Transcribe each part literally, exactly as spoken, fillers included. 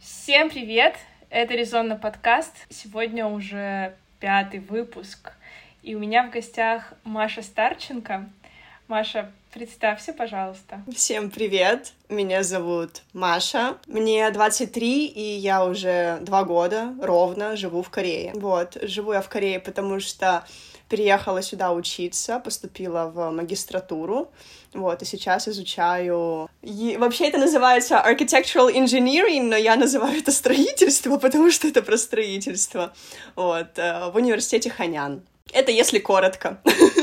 Всем привет! Это Резонно подкаст. Сегодня уже пятый выпуск. И у меня в гостях Маша Старченко. Маша, представься, пожалуйста. Всем привет! Меня зовут Маша. Мне двадцать три, и я уже два года ровно живу в Корее. Вот, живу я в Корее, потому что переехала сюда учиться, поступила в магистратуру. Вот, и сейчас изучаю... И вообще это называется architectural engineering, но я называю это строительство, потому что это про строительство. Вот, в университете Ханян. Это если коротко.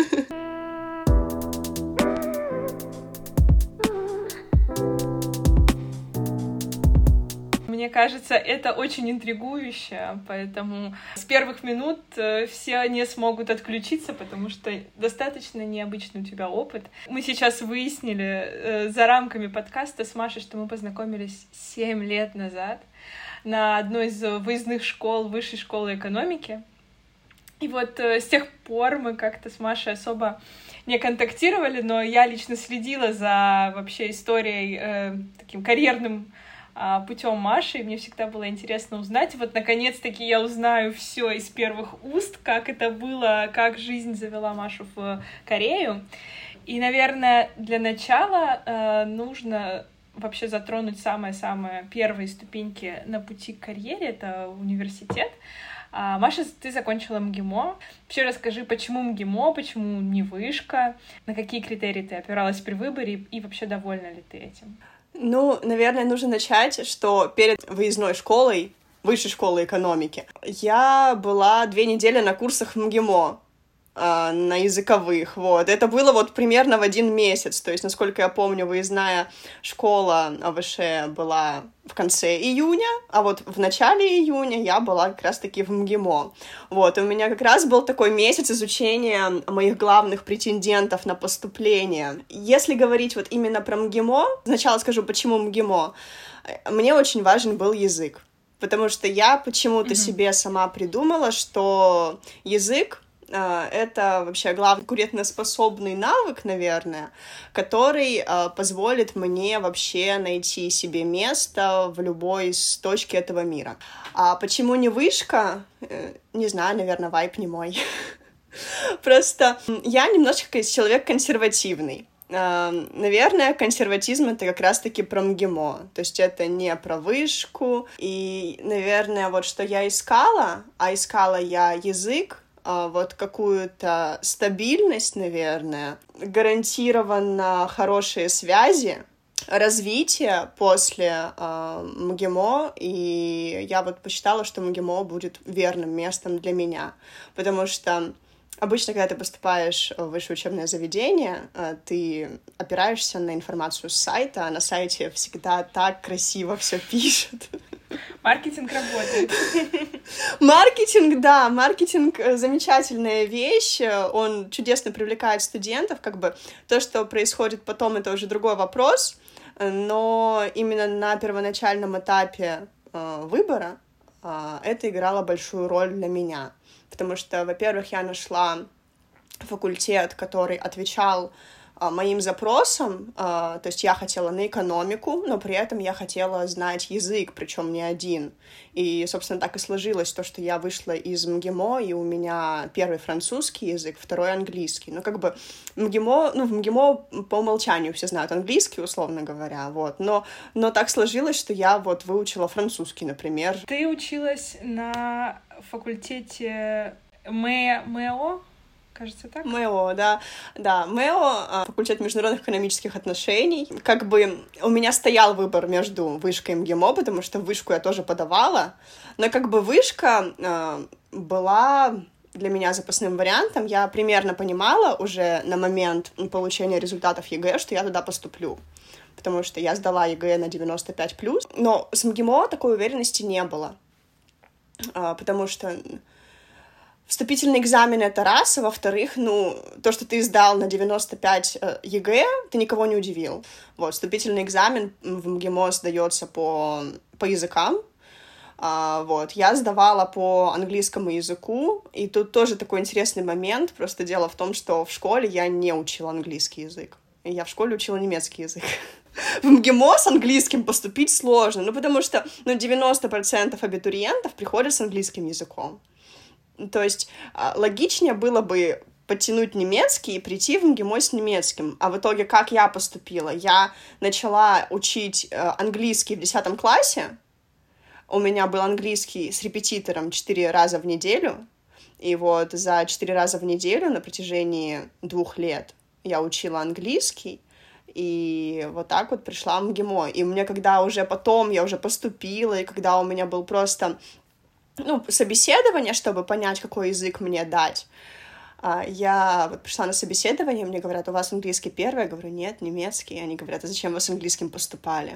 Мне кажется, это очень интригующе, поэтому с первых минут все не смогут отключиться, потому что достаточно необычный у тебя опыт. Мы сейчас выяснили за рамками подкаста с Машей, что мы познакомились семь лет назад на одной из выездных школ Высшей школы экономики. И вот с тех пор мы как-то с Машей особо не контактировали, но я лично следила за вообще историей, э, таким карьерным путем Маши, и мне всегда было интересно узнать. Вот, наконец-таки, я узнаю все из первых уст, как это было, как жизнь завела Машу в Корею. И, наверное, для начала э, нужно вообще затронуть самые-самые первые ступеньки на пути к карьере, это университет. А, Маша, ты закончила МГИМО. Вообще расскажи, почему МГИМО, почему не вышка, на какие критерии ты опиралась при выборе, и вообще довольна ли ты этим? Ну, наверное, нужно начать, что перед выездной школой, высшей школы экономики, я была две недели на курсах МГИМО, э, на языковых, вот. Это было вот примерно в один месяц, то есть, насколько я помню, выездная школа АВШ была в конце июня, а вот в начале июня я была как раз-таки в МГИМО. Вот, и у меня как раз был такой месяц изучения моих главных претендентов на поступление. Если говорить вот именно про МГИМО, сначала скажу, почему МГИМО. Мне очень важен был язык, потому что я почему-то mm-hmm. себе сама придумала, что язык это вообще главный конкурентоспособный навык, наверное, который э, позволит мне вообще найти себе место в любой из точки этого мира. А почему не вышка? Э, не знаю, наверное, вайб не мой. Просто я немножечко человек консервативный. Uh, наверное, консерватизм — это как раз-таки про МГИМО, то есть это не про вышку, и, наверное, вот что я искала, а искала я язык, uh, вот какую-то стабильность, наверное, гарантированно хорошие связи, развитие после uh, МГИМО, и я вот посчитала, что МГИМО будет верным местом для меня, потому что обычно, когда ты поступаешь в высшее учебное заведение, ты опираешься на информацию с сайта, а на сайте всегда так красиво все пишут. Маркетинг работает. Маркетинг, да, маркетинг — замечательная вещь, он чудесно привлекает студентов, как бы то, что происходит потом, это уже другой вопрос, но именно на первоначальном этапе выбора это играло большую роль для меня. Потому что, во-первых, я нашла факультет, который отвечал а, моим запросам, а, то есть я хотела на экономику, но при этом я хотела знать язык, причем не один. И, собственно, так и сложилось то, что я вышла из МГИМО, и у меня первый французский язык, второй английский. Ну, как бы МГИМО, ну, в МГИМО по умолчанию все знают английский, условно говоря, вот. Но, но так сложилось, что я вот выучила французский, например. Ты училась на факультете МЭ, МЭО, кажется, так? МЭО, да, да, МЭО, факультет международных экономических отношений. Как бы у меня стоял выбор между вышкой и МГИМО, потому что вышку я тоже подавала, но как бы вышка э, была для меня запасным вариантом. Я примерно понимала уже на момент получения результатов ЕГЭ, что я туда поступлю, потому что я сдала ЕГЭ на девяносто пять плюс, но с МГИМО такой уверенности не было. Потому что вступительный экзамен — это раз, а во-вторых, ну, то, что ты сдал на девяносто пять ЕГЭ, ты никого не удивил. Вот, вступительный экзамен в МГИМО сдается по, по языкам, а, вот, я сдавала по английскому языку, и тут тоже такой интересный момент, просто дело в том, что в школе я не учила английский язык, я в школе учила немецкий язык. в МГИМО с английским поступить сложно, ну, потому что, ну, девяносто процентов абитуриентов приходят с английским языком. То есть логичнее было бы подтянуть немецкий и прийти в МГИМО с немецким. А в итоге, как я поступила? Я начала учить английский в десятом классе. У меня был английский с репетитором четыре раза в неделю. И вот за четыре раза в неделю на протяжении двух лет я учила английский. И вот так вот пришла в МГИМО. И мне, когда уже потом я уже поступила, и когда у меня был просто, ну, собеседование, чтобы понять, какой язык мне дать, я вот пришла на собеседование, мне говорят, у вас английский первый? Я говорю, нет, немецкий. И они говорят, а зачем вы с английским поступали?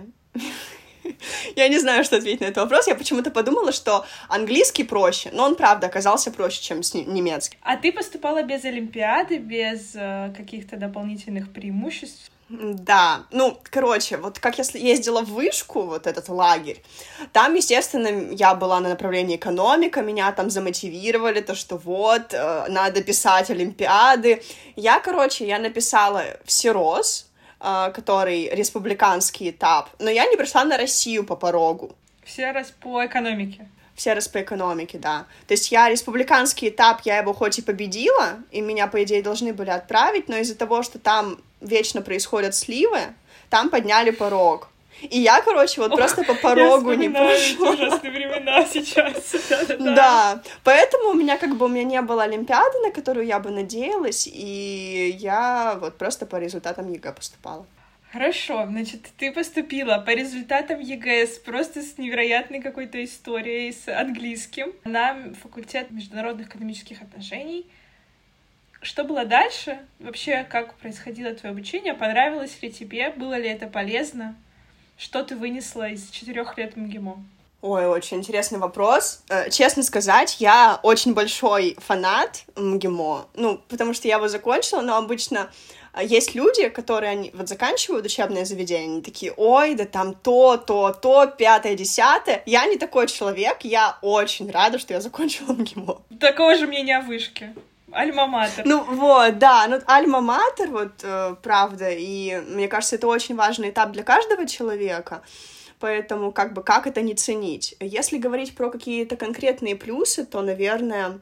Я не знаю, что ответить на этот вопрос. Я почему-то подумала, что английский проще, но он, правда, оказался проще, чем немецкий. А ты поступала без олимпиады, без э, каких-то дополнительных преимуществ? Да, ну, короче, вот как я ездила в вышку, вот этот лагерь, там, естественно, я была на направлении экономика, меня там замотивировали, то, что вот, э, надо писать олимпиады. Я, короче, я написала всерос, э, который республиканский этап, но я не пришла на Россию по порогу. Все раз по экономике. Все раз по экономике, да. То есть я республиканский этап, я его хоть и победила, и меня, по идее, должны были отправить, но из-за того, что там вечно происходят сливы, там подняли порог. И я, короче, вот Ох, просто по порогу не прошла. Ужасные времена сейчас. Да-да-да. Да, поэтому у меня как бы у меня не было олимпиады, на которую я бы надеялась, и я вот просто по результатам ЕГЭ поступала. Хорошо, значит, ты поступила по результатам ЕГЭ просто с невероятной какой-то историей, с английским, на факультет международных экономических отношений. Что было дальше? Вообще, как происходило твое обучение? Понравилось ли тебе? Было ли это полезно? Что ты вынесла из четырех лет МГИМО? Ой, очень интересный вопрос. Честно сказать, я очень большой фанат МГИМО, ну, потому что я его закончила, но обычно есть люди, которые они вот заканчивают учебное заведение, они такие, ой, да там то, то, то, пятое, десятое. Я не такой человек, я очень рада, что я закончила МГИМО. Такого же мнения о вышке. Альма-матер. Ну вот, да, ну альма-матер, вот, э, правда, и мне кажется, это очень важный этап для каждого человека, поэтому как бы как это не ценить. Если говорить про какие-то конкретные плюсы, то, наверное,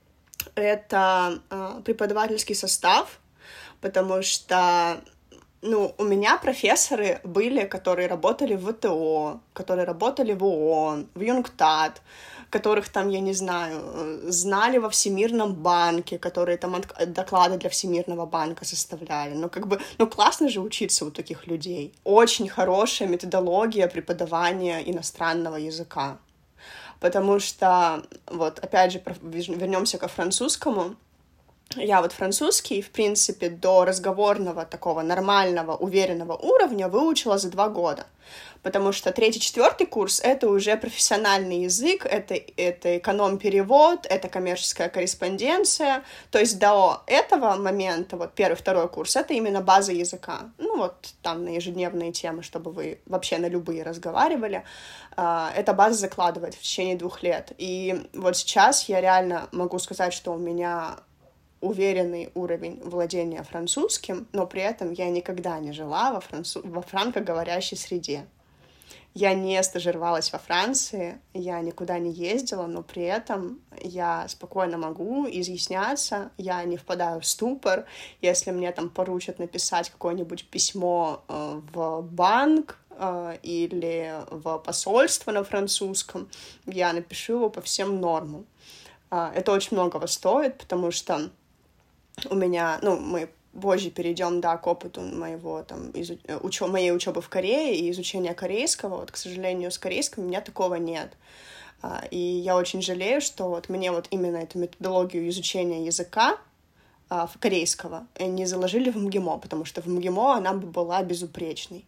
это э, преподавательский состав, потому что, ну, у меня профессоры были, которые работали в ВТО, которые работали в ООН, в ЮНКТАД, которых там, я не знаю, знали во Всемирном банке, которые там доклады для Всемирного банка составляли. Ну, как бы, ну, классно же учиться у таких людей. Очень хорошая методология преподавания иностранного языка. Потому что, вот, опять же, вернемся ко французскому. Я вот французский, в принципе, до разговорного такого нормального, уверенного уровня выучила за два года. Потому что третий, четвертый курс — это уже профессиональный язык, это, это эконом-перевод, это коммерческая корреспонденция. То есть до этого момента, вот первый, второй курс, это именно база языка. Ну вот там на ежедневные темы, чтобы вы вообще на любые разговаривали. Эта база закладывает в течение двух лет. И вот сейчас я реально могу сказать, что у меня уверенный уровень владения французским, но при этом я никогда не жила во, француз... во франкоговорящей среде. Я не стажировалась во Франции, я никуда не ездила, но при этом я спокойно могу изъясняться, я не впадаю в ступор. Если мне там поручат написать какое-нибудь письмо э, в банк э, или в посольство на французском, я напишу его по всем нормам. Э, это очень многого стоит, потому что у меня, ну, мы позже перейдем, да, к опыту моего, там, изу... учё... моей учебы в Корее и изучения корейского. Вот, к сожалению, с корейским у меня такого нет. И я очень жалею, что вот мне вот именно эту методологию изучения языка корейского не заложили в МГИМО, потому что в МГИМО она бы была безупречной.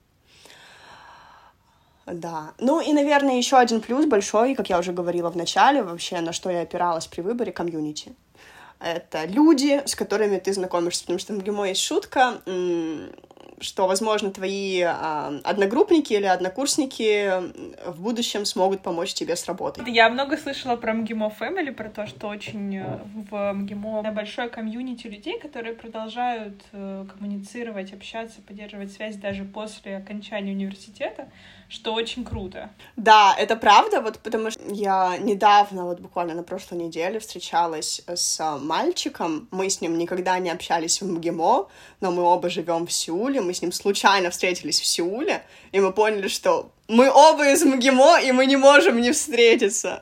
Да. Ну и, наверное, еще один плюс большой, как я уже говорила в начале, вообще, на что я опиралась при выборе — комьюнити. Это люди, с которыми ты знакомишься, потому что в МГИМО есть шутка, что, возможно, твои э, одногруппники или однокурсники в будущем смогут помочь тебе с работой. Я много слышала про МГИМО Family, про то, что очень в МГИМО большое комьюнити людей, которые продолжают э, коммуницировать, общаться, поддерживать связь даже после окончания университета, что очень круто. Да, это правда, вот потому что я недавно, вот буквально на прошлой неделе встречалась с мальчиком, мы с ним никогда не общались в МГИМО, но мы оба живем в Сеуле, мы с ним случайно встретились в Сеуле, и мы поняли, что мы оба из МГИМО, и мы не можем не встретиться.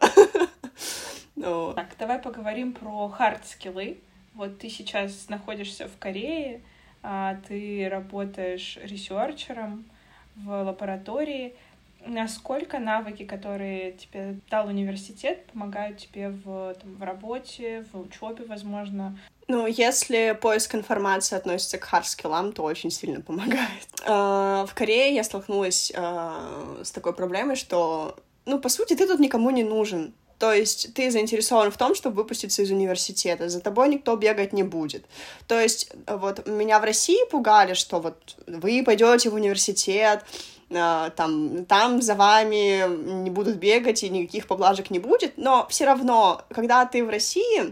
Так, давай поговорим про хард-скиллы. Вот ты сейчас находишься в Корее, ты работаешь ресерчером в лаборатории. Насколько навыки, которые тебе дал университет, помогают тебе в, там, в работе, в учебе, возможно? Ну, если поиск информации относится к хард-скиллам, то очень сильно помогает. В Корее я столкнулась с такой проблемой, что, ну, по сути, ты тут никому не нужен. То есть ты заинтересован в том, чтобы выпуститься из университета, за тобой никто бегать не будет. То есть вот меня в России пугали, что вот вы пойдете в университет, там, там за вами не будут бегать и никаких поблажек не будет, но все равно, когда ты в России,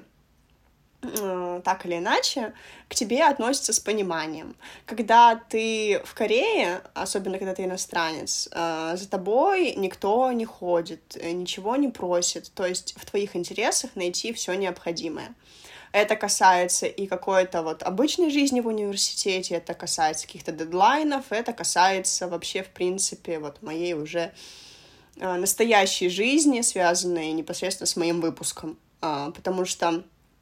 так или иначе, к тебе относятся с пониманием. Когда ты в Корее, особенно когда ты иностранец, за тобой никто не ходит, ничего не просит, то есть в твоих интересах найти все необходимое. Это касается и какой-то вот обычной жизни в университете, это касается каких-то дедлайнов, это касается вообще, в принципе, вот моей уже настоящей жизни, связанной непосредственно с моим выпуском, потому что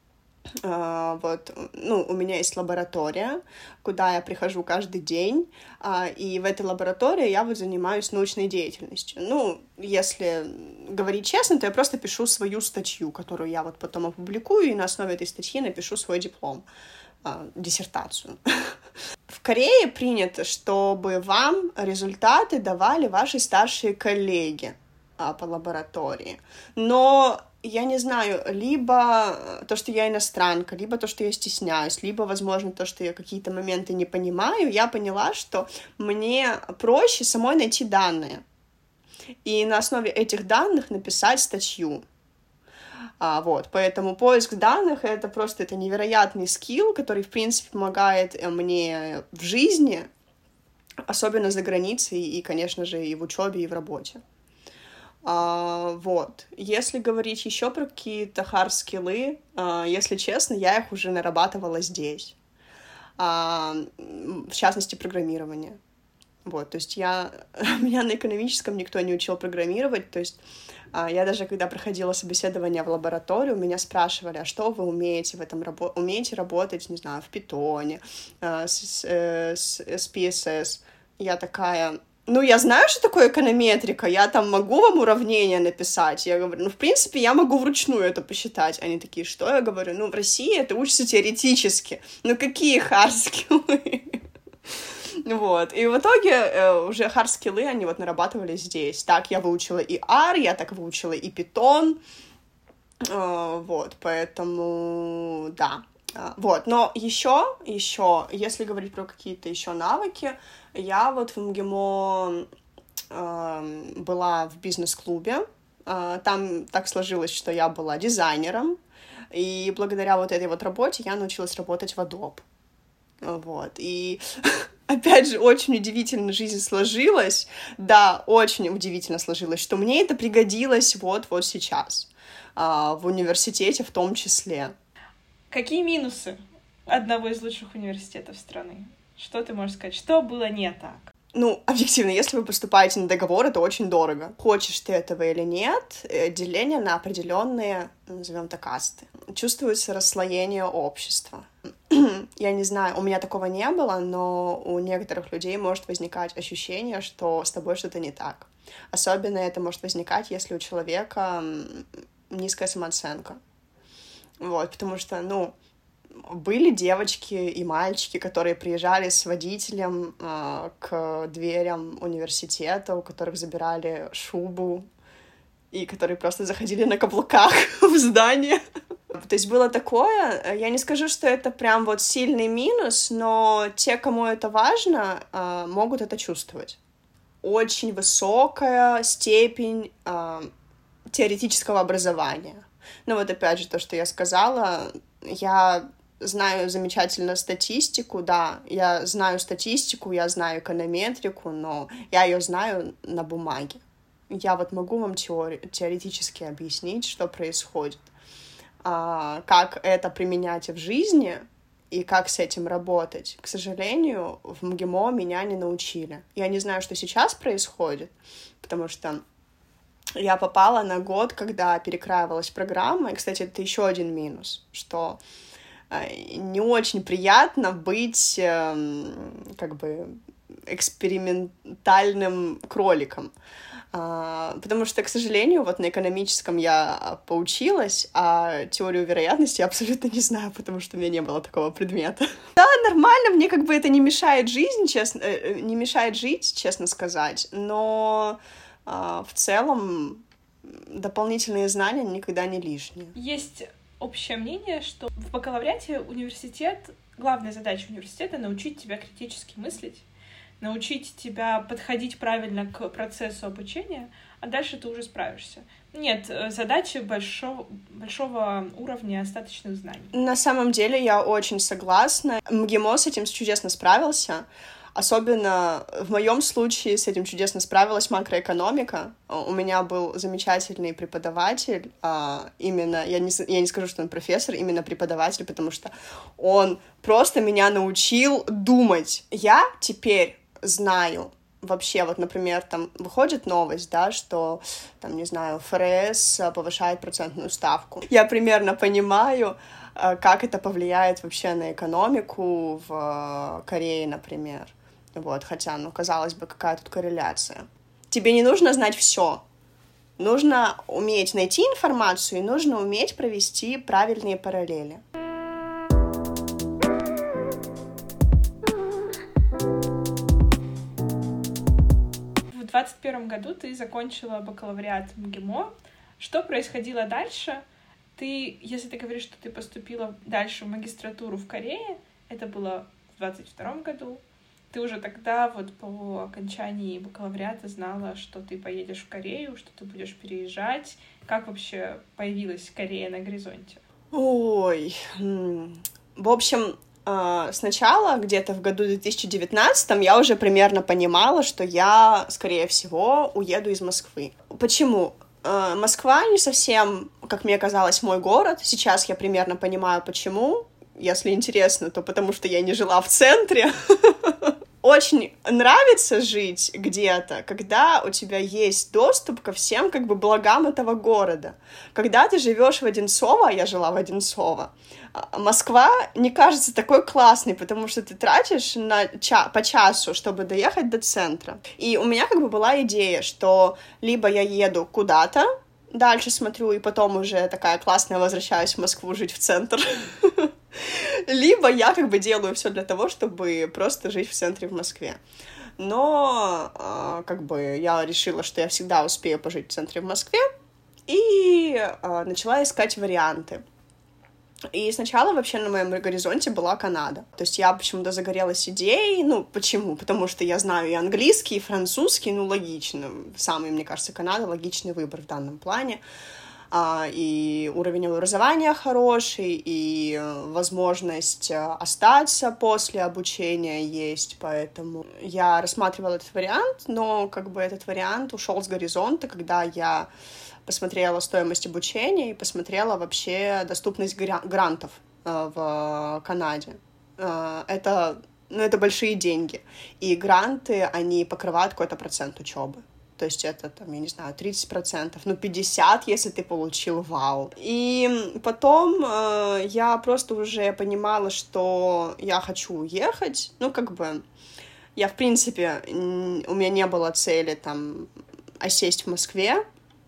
Uh, вот, ну, у меня есть лаборатория, куда я прихожу каждый день, uh, и в этой лаборатории я вот занимаюсь научной деятельностью. Ну, если говорить честно, то я просто пишу свою статью, которую я вот потом опубликую, и на основе этой статьи напишу свой диплом, uh, диссертацию. В Корее принято, чтобы вам результаты давали ваши старшие коллеги uh, по лаборатории, но я не знаю, либо то, что я иностранка, либо то, что я стесняюсь, либо, возможно, то, что я какие-то моменты не понимаю, я поняла, что мне проще самой найти данные и на основе этих данных написать статью. А, вот, поэтому поиск данных — это просто это невероятный скилл, который, в принципе, помогает мне в жизни, особенно за границей и, конечно же, и в учебе, и в работе. Uh, вот. Если говорить еще про какие-то hard-скиллы, uh, если честно, я их уже нарабатывала здесь. Uh, в частности, программирование. Вот, то есть я... Меня на экономическом никто не учил программировать, то есть uh, я даже, когда проходила собеседование в лабораторию, меня спрашивали, а что вы умеете в этом работать? Умеете работать, не знаю, в Python, uh, с, с, с пи эс эс? Я такая... Ну, я знаю, что такое эконометрика, я там могу вам уравнения написать. Я говорю, ну, в принципе, я могу вручную это посчитать. Они такие, что? Я говорю, ну, в России это учится теоретически. Ну, какие хард-скиллы? Вот. И в итоге э, уже хард-скиллы они вот нарабатывали здесь. Так, я выучила и ар, я так выучила и Python. Э, вот, поэтому, да. Вот, но еще, еще, если говорить про какие-то еще навыки, я вот в МГИМО э, была в бизнес-клубе, э, там так сложилось, что я была дизайнером, и благодаря вот этой вот работе я научилась работать в Adobe, вот, и опять же, очень удивительно жизнь сложилась, да, очень удивительно сложилось, что мне это пригодилось вот-вот сейчас, э, в университете в том числе. Какие минусы одного из лучших университетов страны? Что ты можешь сказать? Что было не так? Ну, объективно, если вы поступаете на договор, это очень дорого. Хочешь ты этого или нет, деление на определенные, назовем так, касты. Чувствуется расслоение общества. Я не знаю, у меня такого не было, но у некоторых людей может возникать ощущение, что с тобой что-то не так. Особенно это может возникать, если у человека низкая самооценка. Вот, потому что, ну, были девочки и мальчики, которые приезжали с водителем э, к дверям университета, у которых забирали шубу, и которые просто заходили на каблуках в здание. То есть было такое, я не скажу, что это прям вот сильный минус, но те, кому это важно, могут это чувствовать. Очень высокая степень теоретического образования. Ну вот опять же то, что я сказала, я знаю замечательно статистику, да, я знаю статистику, я знаю эконометрику, но я ее знаю на бумаге. Я вот могу вам теори- теоретически объяснить, что происходит, а, как это применять в жизни и как с этим работать. К сожалению, в МГИМО меня не научили. Я не знаю, что сейчас происходит, потому что я попала на год, когда перекраивалась программа, и, кстати, это еще один минус, что не очень приятно быть как бы экспериментальным кроликом. Потому что, к сожалению, вот на экономическом я поучилась, а теорию вероятности я абсолютно не знаю, потому что у меня не было такого предмета. Да, нормально, мне как бы это не мешает жизнь, честно, не мешает жить, честно сказать, но в целом дополнительные знания никогда не лишние. Есть общее мнение, что в бакалавриате университет, главная задача университета — научить тебя критически мыслить, научить тебя подходить правильно к процессу обучения, а дальше ты уже справишься. Нет задачи большого, большого уровня остаточных знаний. На самом деле я очень согласна. МГИМО с этим чудесно справился. Особенно в моем случае с этим чудесно справилась макроэкономика. У меня был замечательный преподаватель, именно, я не, я не скажу, что он профессор, именно преподаватель, потому что он просто меня научил думать. Я теперь знаю вообще, вот, например, там выходит новость, да, что, там, не знаю, ФРС повышает процентную ставку. Я примерно понимаю, как это повлияет вообще на экономику в Корее, например. Вот, хотя, ну, казалось бы, какая тут корреляция. Тебе не нужно знать все. Нужно уметь найти информацию и нужно уметь провести правильные параллели. В двадцать первом году ты закончила бакалавриат МГИМО. Что происходило дальше? Ты, если ты говоришь, что ты поступила дальше в магистратуру в Корее, это было в двадцать втором году, ты уже тогда вот по окончании бакалавриата знала, что ты поедешь в Корею, что ты будешь переезжать. Как вообще появилась Корея на горизонте? Ой, в общем, сначала, где-то в году две тысячи девятнадцатом, я уже примерно понимала, что я, скорее всего, уеду из Москвы. Почему? Москва не совсем, как мне казалось, мой город. Сейчас я примерно понимаю, почему. Если интересно, то потому что я не жила в центре. Очень нравится жить где-то, когда у тебя есть доступ ко всем как бы благам этого города. Когда ты живешь в Одинцово, я жила в Одинцово, Москва не кажется такой классной, потому что ты тратишь на ча- по часу, чтобы доехать до центра. И у меня как бы была идея, что либо я еду куда-то, дальше смотрю, и потом уже такая классная возвращаюсь в Москву жить в центр. Либо я как бы делаю все для того, чтобы просто жить в центре в Москве. Но как бы я решила, что я всегда успею пожить в центре в Москве, и начала искать варианты. И сначала вообще на моем горизонте была Канада. То есть я почему-то загорелась идеей. Ну, почему? Потому что я знаю и английский, и французский, ну, логично. Самый, мне кажется, Канада — логичный выбор в данном плане. И уровень образования хороший, и возможность остаться после обучения есть, поэтому я рассматривала этот вариант, но как бы этот вариант ушел с горизонта, когда я посмотрела стоимость обучения и посмотрела вообще доступность грантов в Канаде. Это, ну, это большие деньги, и гранты, они покрывают какой-то процент учебы. То есть это, там, я не знаю, тридцать процентов, ну, пятьдесят процентов, если ты получил вау. И потом э, я просто уже понимала, что я хочу уехать. Ну, как бы, я, в принципе, у меня не было цели, там, осесть в Москве.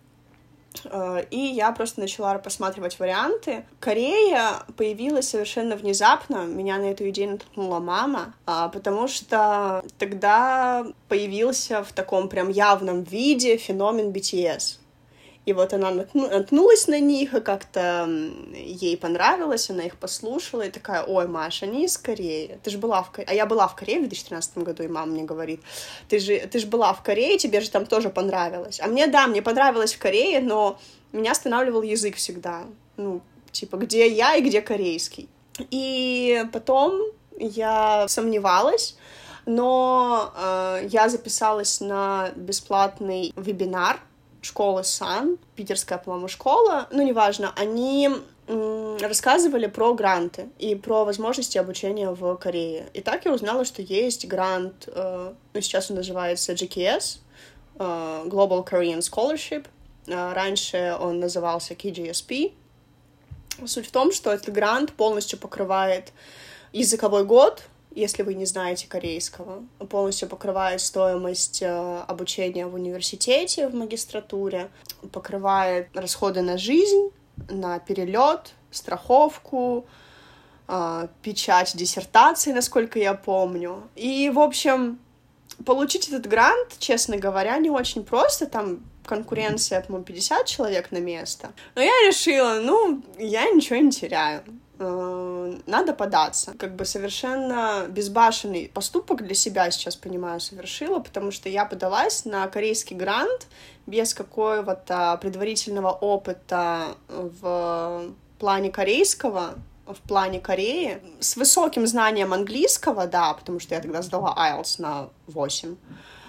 И я просто начала посматривать варианты. Корея появилась совершенно внезапно. Меня на эту идею натолкнула мама, потому что тогда появился в таком прям явном виде феномен би ти эс. И вот она наткнулась на них, и как-то ей понравилось, она их послушала, и такая: ой, Маша, они из Кореи. Ты же была в Корее. А я была в Корее в две тысячи тринадцатом году, и мама мне говорит: ты же, ты же была в Корее, тебе же там тоже понравилось. А мне, да, мне понравилось в Корее, но меня останавливал язык всегда. Ну, типа, где я и где корейский. И потом я сомневалась, но э, я записалась на бесплатный вебинар школы Сан, питерская, по-моему, школа, ну, неважно, они м, рассказывали про гранты и про возможности обучения в Корее. И так я узнала, что есть грант, э, ну, сейчас он называется джи кей эс, э, Global Korean Scholarship, э, раньше он назывался кей джи эс пи. Суть в том, что этот грант полностью покрывает языковой год, если вы не знаете корейского, полностью покрывает стоимость э, обучения в университете, в магистратуре, покрывает расходы на жизнь, на перелет, страховку, э, печать диссертации, насколько я помню. И, в общем, получить этот грант, честно говоря, не очень просто, там конкуренция, по-моему, пятьдесят человек на место. Но я решила, ну, я ничего не теряю. Надо податься. Как бы совершенно безбашенный поступок для себя, сейчас понимаю, совершила, потому что я подалась на корейский грант без какого-то предварительного опыта в плане корейского, в плане Кореи, с высоким знанием английского, да, потому что я тогда сдала айлтс на восемь,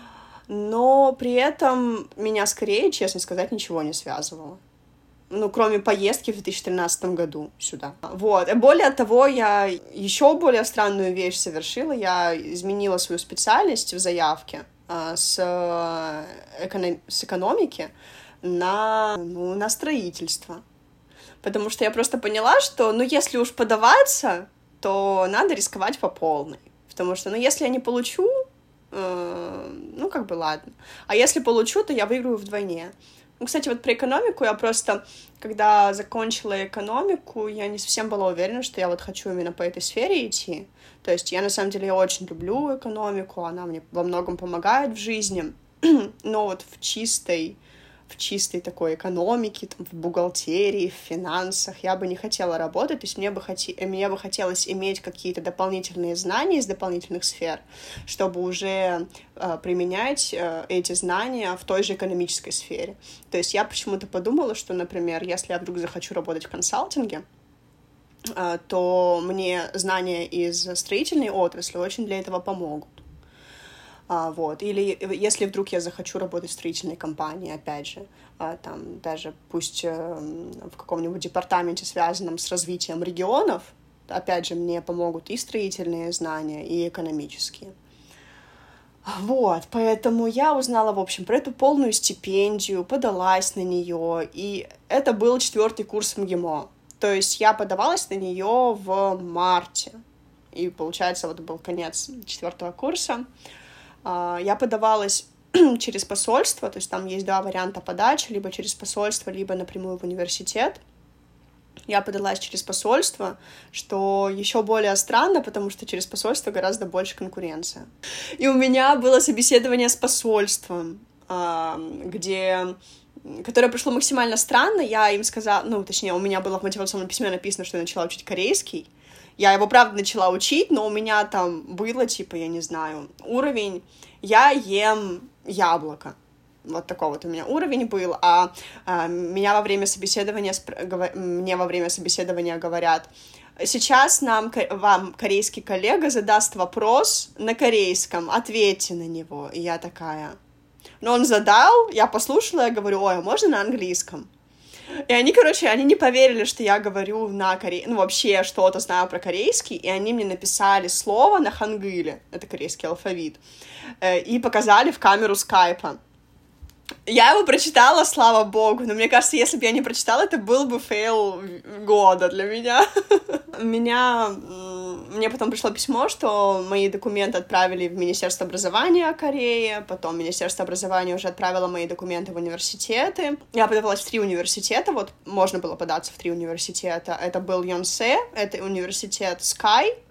но при этом меня с Кореей, честно сказать, ничего не связывало. Ну, кроме поездки в две тысячи тринадцатом году сюда. Вот. И более того, я еще более странную вещь совершила. Я изменила свою специальность в заявке а, с, эконом... с экономики на, ну, на строительство. Потому что я просто поняла, что, ну, если уж подаваться, то надо рисковать по полной. Потому что, ну, если я не получу, э, ну, как бы ладно. А если получу, то я выиграю вдвойне. Ну, кстати, вот про экономику я просто, когда закончила экономику, я не совсем была уверена, что я вот хочу именно по этой сфере идти. То есть я, на самом деле, я очень люблю экономику, она мне во многом помогает в жизни, но вот в чистой, в чистой такой экономике, там, в бухгалтерии, в финансах я бы не хотела работать, то есть мне бы, хоти... мне бы хотелось иметь какие-то дополнительные знания из дополнительных сфер, чтобы уже э, применять э, эти знания в той же экономической сфере. То есть я почему-то подумала, что, например, если я вдруг захочу работать в консалтинге, э, то мне знания из строительной отрасли очень для этого помогут. А, вот. Или если вдруг я захочу работать в строительной компании, опять же, а, там даже пусть э, в каком-нибудь департаменте, связанном с развитием регионов, опять же, мне помогут и строительные знания, и экономические. Вот, поэтому я узнала, в общем, про эту полную стипендию, подалась на нее, и это был четвертый курс МГИМО. То есть я подавалась на нее в марте, и, получается, вот был конец четвертого курса. Я подавалась через посольство, то есть там есть два варианта подачи, либо через посольство, либо напрямую в университет. Я подалась через посольство, что еще более странно, потому что через посольство гораздо больше конкуренция. И у меня было собеседование с посольством, где... которое прошло максимально странно. Я им сказала, ну, точнее, у меня было в мотивационном письме написано, что я начала учить корейский. Я его, правда, начала учить, но у меня там было, типа, я не знаю, уровень «я ем яблоко». Вот такой вот у меня уровень был, а, а меня во время собеседования, мне во время собеседования говорят: сейчас нам, вам корейский коллега задаст вопрос на корейском, ответьте на него. И я такая... Но он задал, я послушала, я говорю: ой, а можно на английском? И они, короче, они не поверили, что я говорю на корейском, ну, вообще что-то знаю про корейский, и они мне написали слово на хангыле, это корейский алфавит, и показали в камеру скайпа. Я его прочитала, слава богу, но мне кажется, если бы я не прочитала, это был бы фейл года для меня. Меня... Мне потом пришло письмо, что мои документы отправили в Министерство образования Кореи, потом Министерство образования уже отправило мои документы в университеты. Я подавалась в три университета, вот можно было податься в три университета. Это был Йонсе, это университет Sky,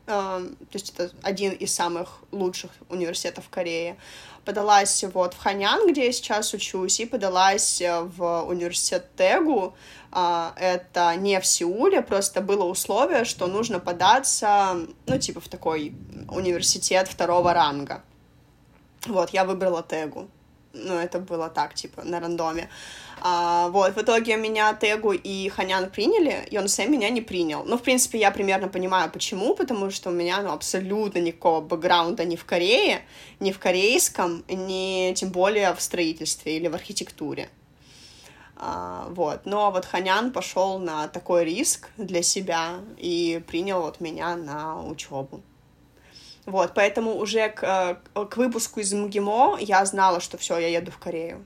то есть это один из самых лучших университетов Кореи. Подалась вот в Ханян, где я сейчас учусь, и подалась в университет Тэгу. Это не в Сеуле, просто было условие, что нужно податься, ну, типа, в такой университет второго ранга. Вот, я выбрала Тэгу. Ну, это было так, типа, на рандоме. А, вот, в итоге меня Тэгу и Ханян приняли, Йонсе меня не принял. Ну, в принципе, я примерно понимаю, почему, потому что у меня, ну, абсолютно никакого бэкграунда ни в Корее, ни в корейском, ни тем более в строительстве или в архитектуре. А, вот, но вот Ханян пошел на такой риск для себя и принял вот меня на учебу. Вот, поэтому уже к, к выпуску из МГИМО я знала, что все, я еду в Корею.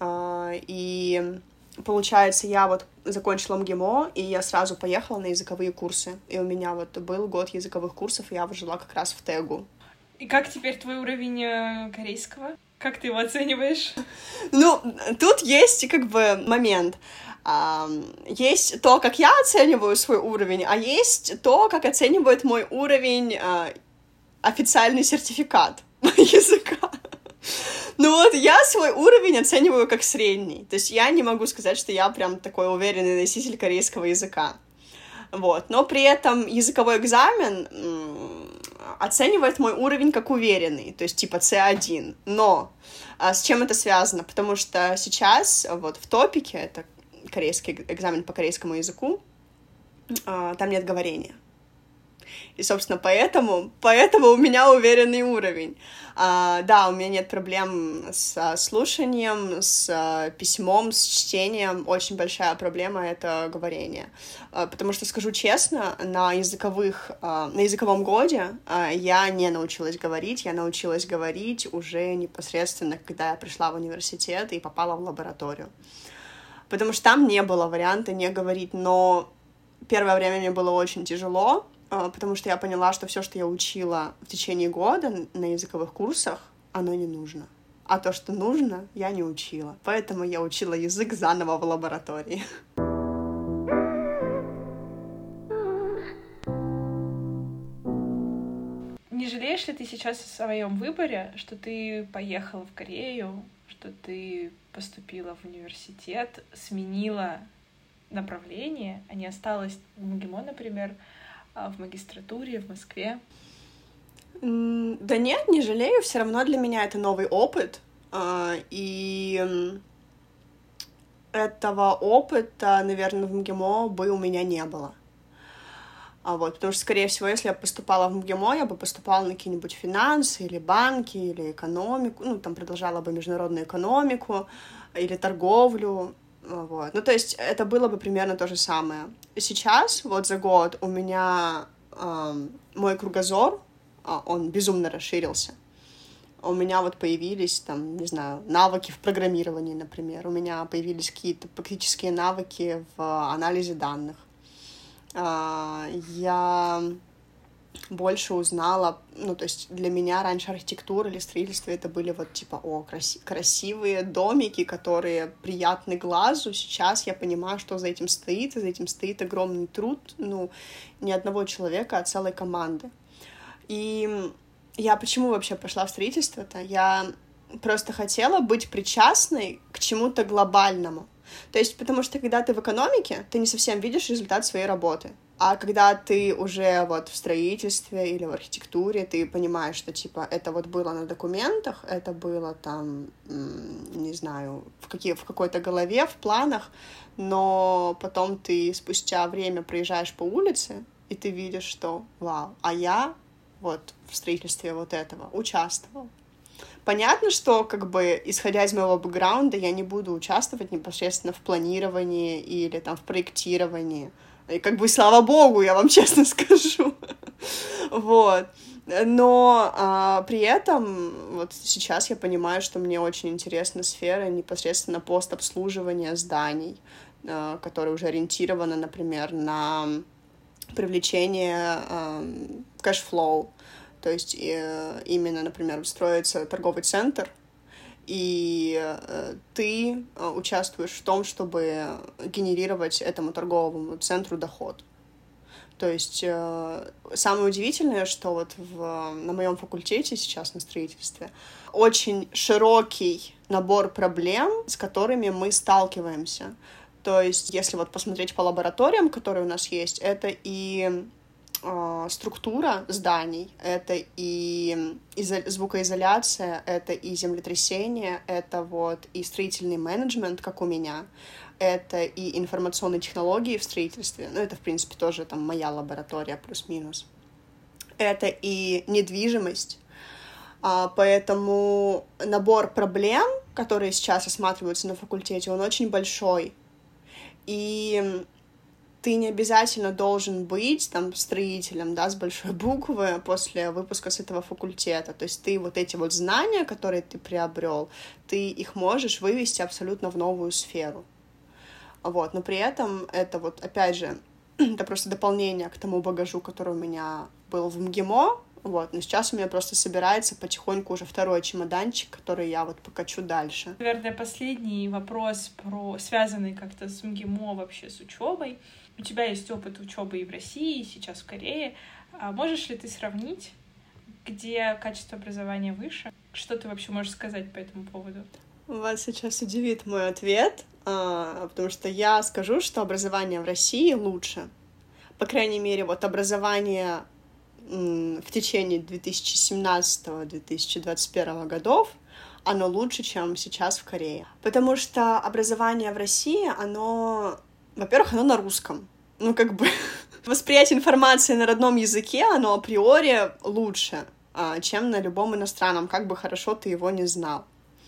И получается, я вот закончила МГИМО, и я сразу поехала на языковые курсы. И у меня вот был год языковых курсов, и я жила как раз в Тэгу. И как теперь твой уровень корейского? Как ты его оцениваешь? Ну, тут есть как бы момент. Есть то, как я оцениваю свой уровень, а есть то, как оценивает мой уровень официальный сертификат языка. Ну вот, я свой уровень оцениваю как средний. То есть я не могу сказать, что я прям такой уверенный носитель корейского языка. Вот. Но при этом языковой экзамен м- оценивает мой уровень как уверенный, то есть типа си один. Но а с чем это связано? Потому что сейчас вот в топике, это корейский экзамен по корейскому языку, а, там нет говорения. И, собственно, поэтому, поэтому у меня уверенный уровень. А, да, у меня нет проблем с слушанием, с письмом, с чтением. Очень большая проблема — это говорение. А, потому что, скажу честно, на языковых, а, на языковом годе а, я не научилась говорить. Я научилась говорить уже непосредственно, когда я пришла в университет и попала в лабораторию. Потому что там не было варианта не говорить, но первое время мне было очень тяжело, потому что я поняла, что все, что я учила в течение года на языковых курсах, оно не нужно. А то, что нужно, я не учила. Поэтому я учила язык заново в лаборатории. Не жалеешь ли ты сейчас о своем выборе, что ты поехала в Корею, что ты поступила в университет, сменила направление, а не осталась в МГИМО, например, в магистратуре в Москве? Да нет, не жалею, все равно для меня это новый опыт, и этого опыта, наверное, в МГИМО бы у меня не было. А вот, потому что, скорее всего, если я поступала в МГИМО, я бы поступала на какие-нибудь финансы или банки, или экономику, ну, там продолжала бы международную экономику или торговлю. Вот. Ну, то есть это было бы примерно то же самое. Сейчас, вот за год, у меня э, мой кругозор, э, он безумно расширился. У меня вот появились, там, не знаю, навыки в программировании, например. У меня появились какие-то практические навыки в анализе данных. Э, я больше узнала, ну, то есть для меня раньше архитектура или строительство это были вот типа, о, краси- красивые домики, которые приятны глазу. Сейчас я понимаю, что за этим стоит, и за этим стоит огромный труд, ну, не одного человека, а целой команды. И я почему вообще пошла в строительство-то? Я просто хотела быть причастной к чему-то глобальному. То есть, потому что когда ты в экономике, ты не совсем видишь результат своей работы. А когда ты уже вот в строительстве или в архитектуре, ты понимаешь, что, типа, это вот было на документах, это было там, не знаю, в, какие, в какой-то голове, в планах, но потом ты спустя время проезжаешь по улице, и ты видишь, что вау, а я вот в строительстве вот этого участвовал. Понятно, что, как бы, исходя из моего бэкграунда, я не буду участвовать непосредственно в планировании или там в проектировании. И как бы, слава богу, я вам честно скажу. Вот. Но а, при этом вот сейчас я понимаю, что мне очень интересна сфера непосредственно постобслуживания зданий, а, которая уже ориентирована, например, на привлечение а, кэшфлоу. То есть э, именно, например, строится торговый центр, и э, ты э, участвуешь в том, чтобы генерировать этому торговому центру доход. То есть э, самое удивительное, что вот в, на моем факультете сейчас на строительстве очень широкий набор проблем, с которыми мы сталкиваемся. То есть если вот посмотреть по лабораториям, которые у нас есть, это и э, структура зданий, это и изо- звукоизоляция, это и землетрясение, это вот и строительный менеджмент, как у меня, это и информационные технологии в строительстве, ну, это, в принципе, тоже там моя лаборатория плюс-минус. Это и недвижимость, а, поэтому набор проблем, которые сейчас осматриваются на факультете, он очень большой, и ты не обязательно должен быть там строителем, да, с большой буквы после выпуска с этого факультета, то есть ты вот эти вот знания, которые ты приобрел, ты их можешь вывести абсолютно в новую сферу. Вот, но при этом это вот, опять же, это просто дополнение к тому багажу, который у меня был в МГИМО, вот, но сейчас у меня просто собирается потихоньку уже второй чемоданчик, который я вот покачу дальше. Наверное, последний вопрос, про связанный как-то с МГИМО, вообще с учебой. У тебя есть опыт учебы и в России, и сейчас в Корее. А можешь ли ты сравнить, где качество образования выше? Что ты вообще можешь сказать по этому поводу? Вас сейчас удивит мой ответ, потому что я скажу, что образование в России лучше. По крайней мере, вот образование в течение две тысячи семнадцатого — две тысячи двадцать первого годов, оно лучше, чем сейчас в Корее. Потому что образование в России, оно, во-первых, оно на русском. Ну, как бы восприятие информации на родном языке, оно априори лучше, чем на любом иностранном, как бы хорошо ты его не знал.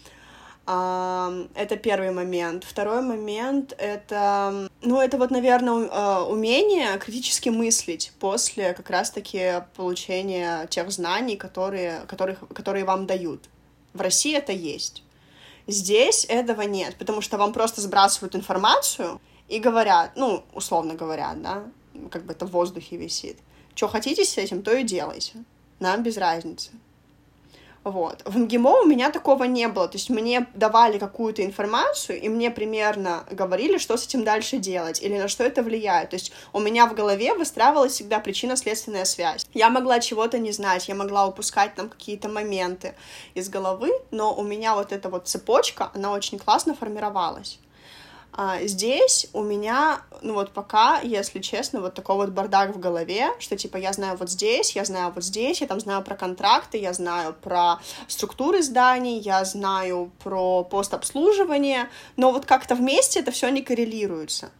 Это первый момент. Второй момент — это, ну, это вот, наверное, умение критически мыслить после как раз-таки получения тех знаний, которые, которых, которые вам дают. В России это есть. Здесь этого нет, потому что вам просто сбрасывают информацию и говорят, ну, условно говорят, да, как бы это в воздухе висит. Что хотите с этим, то и делайте. Нам без разницы. Вот. В МГИМО у меня такого не было, то есть мне давали какую-то информацию, и мне примерно говорили, что с этим дальше делать, или на что это влияет, то есть у меня в голове выстраивалась всегда причинно-следственная связь. Я могла чего-то не знать, я могла упускать там какие-то моменты из головы, но у меня вот эта вот цепочка, она очень классно формировалась. А здесь у меня, ну вот пока, если честно, вот такой вот бардак в голове, что типа я знаю вот здесь, я знаю вот здесь, я там знаю про контракты, я знаю про структуры зданий, я знаю про постобслуживание, но вот как-то вместе это все не коррелируется.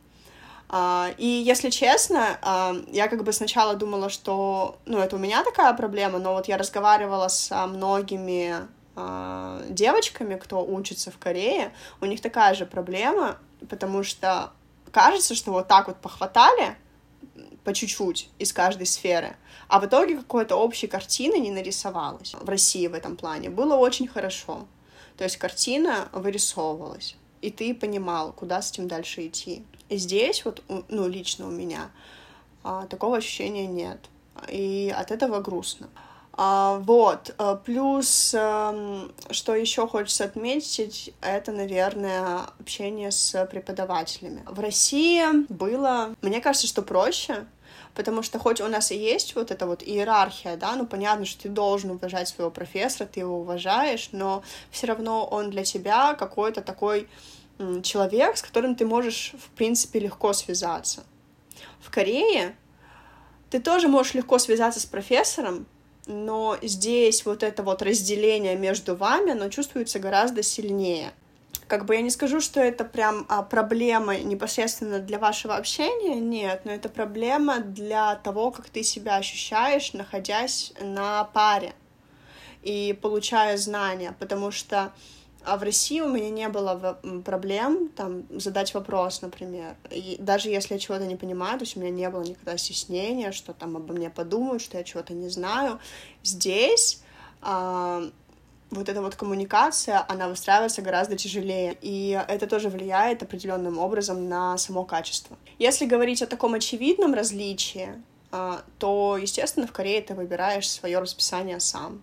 А, и если честно, а, я как бы сначала думала, что, ну, это у меня такая проблема, но вот я разговаривала со многими девочками, кто учится в Корее, у них такая же проблема, потому что кажется, что вот так вот похватали по чуть-чуть из каждой сферы, а в итоге какой-то общей картины не нарисовалось. В России в этом плане было очень хорошо. То есть картина вырисовывалась, и ты понимал, куда с этим дальше идти. И здесь вот, ну, лично у меня такого ощущения нет, и от этого грустно. Uh, вот, uh, плюс, uh, что еще хочется отметить, это, наверное, общение с преподавателями. В России было, мне кажется, что проще, потому что хоть у нас и есть вот эта вот иерархия, да, ну, понятно, что ты должен уважать своего профессора, ты его уважаешь, но все равно он для тебя какой-то такой м, человек, с которым ты можешь, в принципе, легко связаться. В Корее ты тоже можешь легко связаться с профессором, но здесь вот это вот разделение между вами, оно чувствуется гораздо сильнее. Как бы я не скажу, что это прям а, проблема непосредственно для вашего общения, нет, но это проблема для того, как ты себя ощущаешь, находясь на паре и получая знания, потому что а в России у меня не было проблем там задать вопрос, например. И даже если я чего-то не понимаю, то есть у меня не было никогда стеснения, что там обо мне подумают, что я чего-то не знаю. Здесь а, вот эта вот коммуникация, она выстраивается гораздо тяжелее, и это тоже влияет определенным образом на само качество. Если говорить о таком очевидном различии, а, то, естественно, в Корее ты выбираешь свое расписание сам.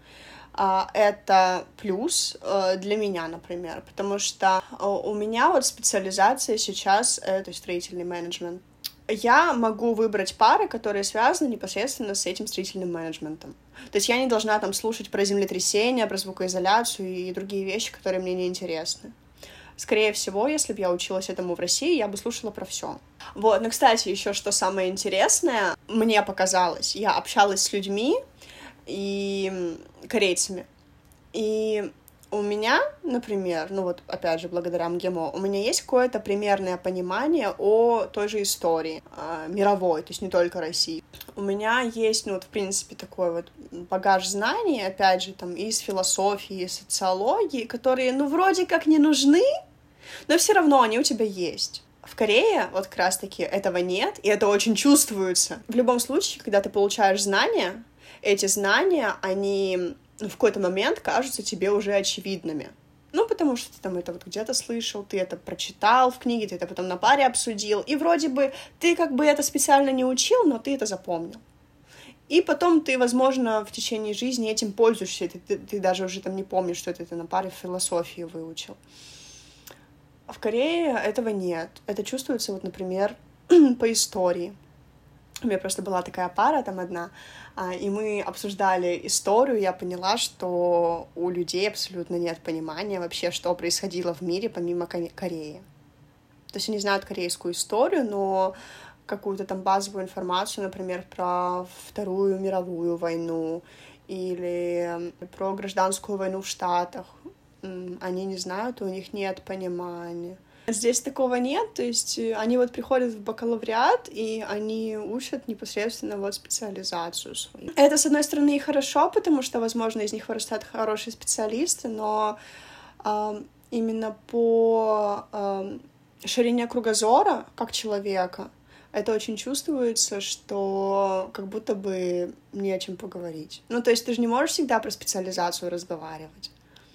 Это плюс для меня, например, потому что у меня вот специализация сейчас — это строительный менеджмент. я могу выбрать пары, которые связаны непосредственно с этим строительным менеджментом. То есть я не должна там слушать про землетрясения, про звукоизоляцию и другие вещи, которые мне не интересны. Скорее всего, если бы я училась этому в России, я бы слушала про все. Вот, ну, кстати, еще что самое интересное, мне показалось, я общалась с людьми и корейцами, и у меня, например, ну вот опять же, благодаря МГИМО, у меня есть какое-то примерное понимание о той же истории э, мировой, то есть не только России. У меня есть, ну вот, в принципе, такой вот багаж знаний, опять же, там, из философии, из социологии, которые, ну, вроде как не нужны, но все равно они у тебя есть. В Корее вот как раз-таки этого нет, и это очень чувствуется. В любом случае, когда ты получаешь знания, эти знания, они в какой-то момент кажутся тебе уже очевидными. Ну, потому что ты там это вот где-то слышал, ты это прочитал в книге, ты это потом на паре обсудил, и вроде бы ты как бы это специально не учил, но ты это запомнил. И потом ты, возможно, в течение жизни этим пользуешься, ты, ты, ты даже уже там не помнишь, что ты это на паре философии выучил. А в Корее этого нет. Это чувствуется, вот, например, по истории. У меня просто была такая пара там одна, и мы обсуждали историю, я поняла, что у людей абсолютно нет понимания вообще, что происходило в мире помимо Кореи. То есть они знают корейскую историю, но какую-то там базовую информацию, например, про Вторую мировую войну или про гражданскую войну в Штатах, они не знают, у них нет понимания. Здесь такого нет, то есть они вот приходят в бакалавриат, и они учат непосредственно вот специализацию свою. Это, с одной стороны, и хорошо, потому что, возможно, из них вырастают хорошие специалисты, но э, именно по э, ширине кругозора, как человека, это очень чувствуется, что как будто бы не о чем поговорить. Ну, то есть ты же не можешь всегда про специализацию разговаривать.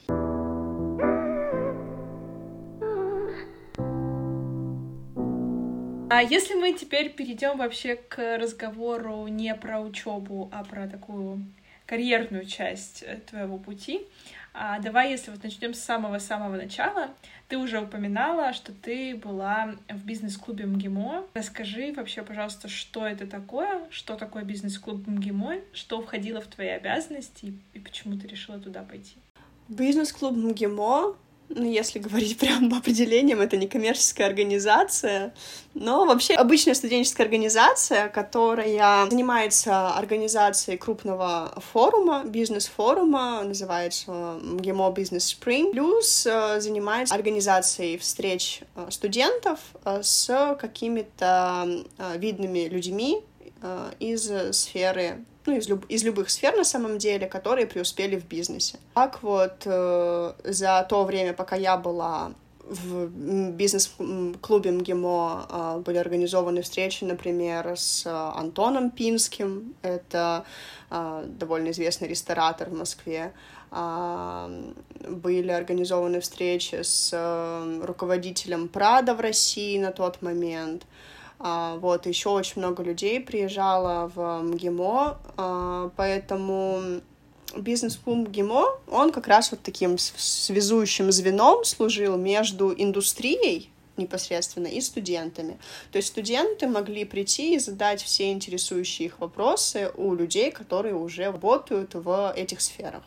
А если мы теперь перейдем вообще к разговору не про учебу, а про такую карьерную часть твоего пути, а давай, если вот начнем с самого-самого начала. Ты уже упоминала, что ты была в бизнес-клубе МГИМО. Расскажи вообще, пожалуйста, что это такое, что такое бизнес-клуб МГИМО, что входило в твои обязанности и почему ты решила туда пойти? Бизнес-клуб МГИМО, ну, если говорить прям по определениям, это не коммерческая организация, но вообще обычная студенческая организация, которая занимается организацией крупного форума, бизнес-форума, называется МГИМО Business Spring, плюс занимается организацией встреч студентов с какими-то видными людьми из сферы, ну, из, люб- из любых сфер, на самом деле, которые преуспели в бизнесе. Так вот, э, за то время, пока я была в бизнес-клубе МГИМО, э, были организованы встречи, например, с Антоном Пинским, это э, довольно известный ресторатор в Москве, э, были организованы встречи с э, руководителем Прада в России на тот момент. Uh, вот, еще очень много людей приезжало в МГИМО, uh, поэтому бизнес-клуб МГИМО, он как раз вот таким связующим звеном служил между индустрией непосредственно и студентами. То есть студенты могли прийти и задать все интересующие их вопросы у людей, которые уже работают в этих сферах.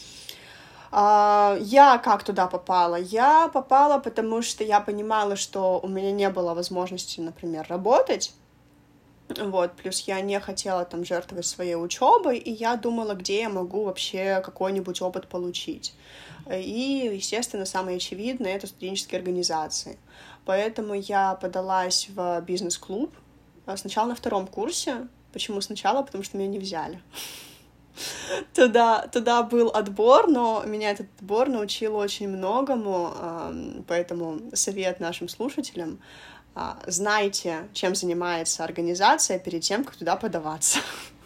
Я как туда попала? Я попала, потому что я понимала, что у меня не было возможности, например, работать. Вот, плюс я не хотела там жертвовать своей учебой, и я думала, где я могу вообще какой-нибудь опыт получить. И, естественно, самое очевидное — это студенческие организации. Поэтому я подалась в бизнес-клуб сначала на втором курсе. Почему сначала? Потому что меня не взяли. Туда, туда был отбор, но меня этот отбор научил очень многому, поэтому совет нашим слушателям: знайте, чем занимается организация перед тем, как туда подаваться.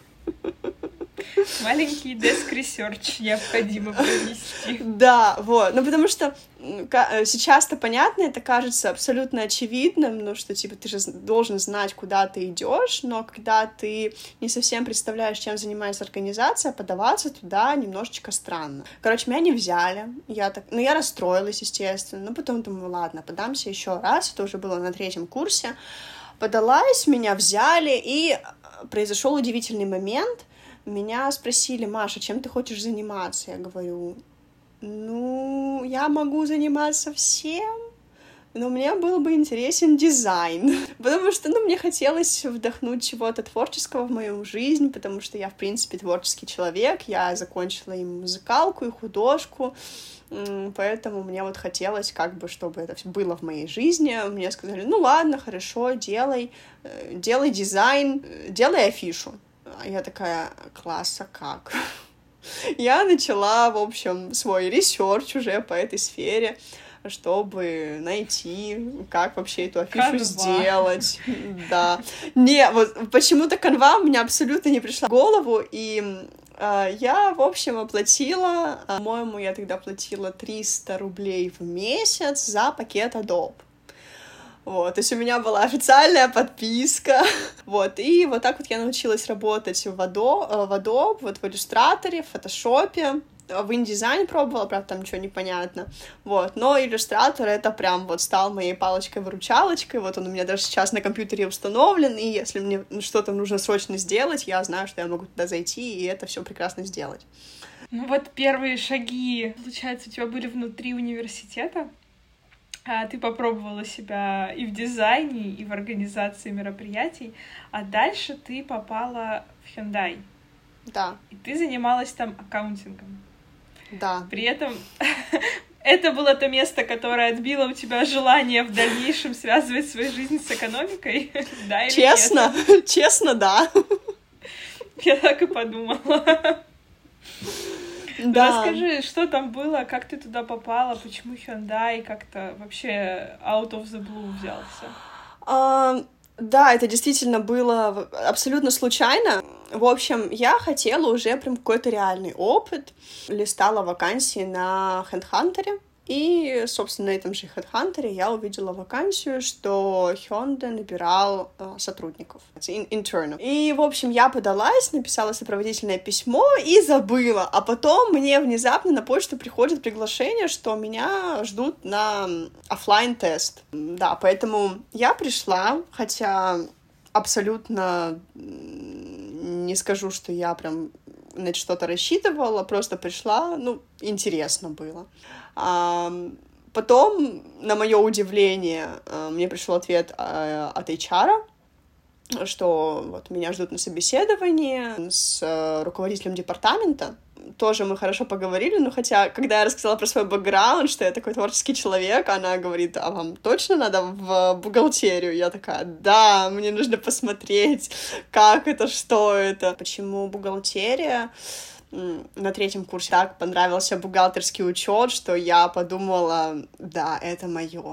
Маленький desk research необходимо провести. Да, вот. Ну, потому что сейчас-то понятно, это кажется абсолютно очевидным, ну, что, типа, ты же должен знать, куда ты идешь, но когда ты не совсем представляешь, чем занимается организация, подаваться туда немножечко странно. Короче, меня не взяли, я так... Ну, я расстроилась, естественно, но потом думаю, ладно, подамся еще раз, это уже было на третьем курсе. Подалась, меня взяли, и произошел удивительный момент. Меня спросили: Маша, чем ты хочешь заниматься? Я говорю: ну, я могу заниматься всем, но мне был бы интересен дизайн, потому что, ну, мне хотелось вдохнуть чего-то творческого в мою жизнь, потому что я, в принципе, творческий человек, я закончила и музыкалку, и художку, поэтому мне вот хотелось, как бы, чтобы это было в моей жизни. Мне сказали: ну, ладно, хорошо, делай, делай дизайн, делай афишу. А я такая: класс, а как? Я начала, в общем, свой ресерч уже по этой сфере, чтобы найти, как вообще эту афишу Canva. Сделать. Да. Не, вот почему-то Canva у меня абсолютно не пришла в голову, и э, я, в общем, оплатила, по-моему, я тогда платила триста рублей в месяц за пакет Adobe. Вот, то есть у меня была официальная подписка, вот, и вот так вот я научилась работать в Adobe, в Adobe, вот в иллюстраторе, в фотошопе, в InDesign пробовала, правда, там ничего не понятно, вот, но иллюстратор — это прям вот стал моей палочкой-выручалочкой, вот он у меня даже сейчас на компьютере установлен, и если мне что-то нужно срочно сделать, я знаю, что я могу туда зайти и это все прекрасно сделать. Ну вот первые шаги, получается, у тебя были внутри университета? Ты попробовала себя и в дизайне, и в организации мероприятий, а дальше ты попала в Hyundai. Да. И ты занималась там аккаунтингом. Да. При этом это было то место, которое отбило у тебя желание в дальнейшем связывать свою жизнь с экономикой? Да или честно? Нет? Честно, да. Я так и подумала. Да. Расскажи, что там было, как ты туда попала, почему Hyundai как-то вообще out of the blue взялся? Uh, да, это действительно было абсолютно случайно. В общем, я хотела уже прям какой-то реальный опыт. Листала вакансии на HeadHunter. И, собственно, на этом же HeadHunter я увидела вакансию, что Hyundai набирал э, сотрудников, интернов. И, в общем, я подалась, написала сопроводительное письмо и забыла. А потом мне внезапно на почту приходит приглашение, что меня ждут на офлайн-тест. Да, поэтому я пришла, хотя абсолютно не скажу, что я прям на что-то рассчитывала, просто пришла, ну, интересно было. А потом, на мое удивление, мне пришел ответ от эйч ар, что вот меня ждут на собеседовании с руководителем департамента. Тоже мы хорошо поговорили, но хотя, когда я рассказала про свой бэкграунд, что я такой творческий человек, она говорит: а вам точно надо в бухгалтерию? Я такая: да, мне нужно посмотреть, как это, что это. Почему бухгалтерия? На третьем курсе так понравился бухгалтерский учет, что я подумала: да, это мое.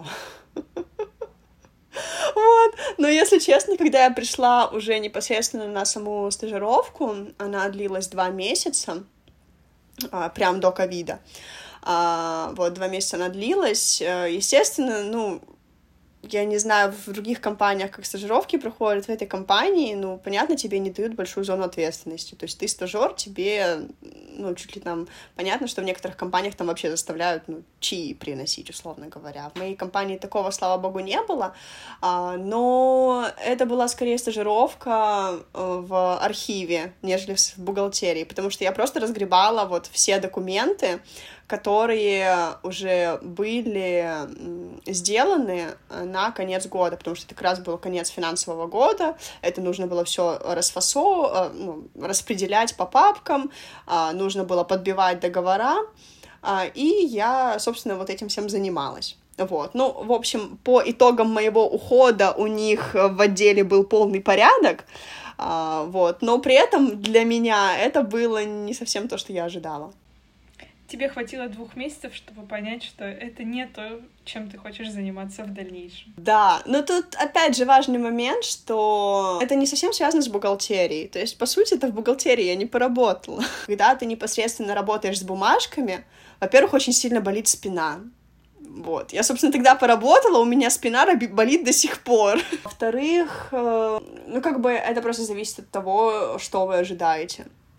Вот. Но, если честно, когда я пришла уже непосредственно на саму стажировку, она длилась два месяца, прям до ковида. Вот, два месяца она длилась. Естественно, ну, я не знаю, в других компаниях, как стажировки проходят, в этой компании, ну, понятно, тебе не дают большую зону ответственности. То есть ты стажер, тебе, ну, чуть ли там... Понятно, что в некоторых компаниях там вообще заставляют, ну, чаи приносить, условно говоря. В моей компании такого, слава богу, не было, но это была скорее стажировка в архиве, нежели в бухгалтерии, потому что я просто разгребала вот все документы, которые уже были сделаны на конец года, потому что это как раз был конец финансового года, это нужно было все расфасовывать, ну, распределять по папкам, нужно было подбивать договора, и я, собственно, вот этим всем занималась. Вот. Ну, в общем, по итогам моего ухода у них в отделе был полный порядок, вот, но при этом для меня это было не совсем то, что я ожидала. Тебе хватило двух месяцев, чтобы понять, что это не то, чем ты хочешь заниматься в дальнейшем. Да, но тут опять же важный момент, что это не совсем связано с бухгалтерией. То есть, по сути, это в бухгалтерии я не поработала. Когда ты непосредственно работаешь с бумажками, во-первых, очень сильно болит спина. Вот. Я, собственно, тогда поработала, у меня спина болит до сих пор. Во-вторых, ну, как бы это просто зависит от того, что вы ожидаете.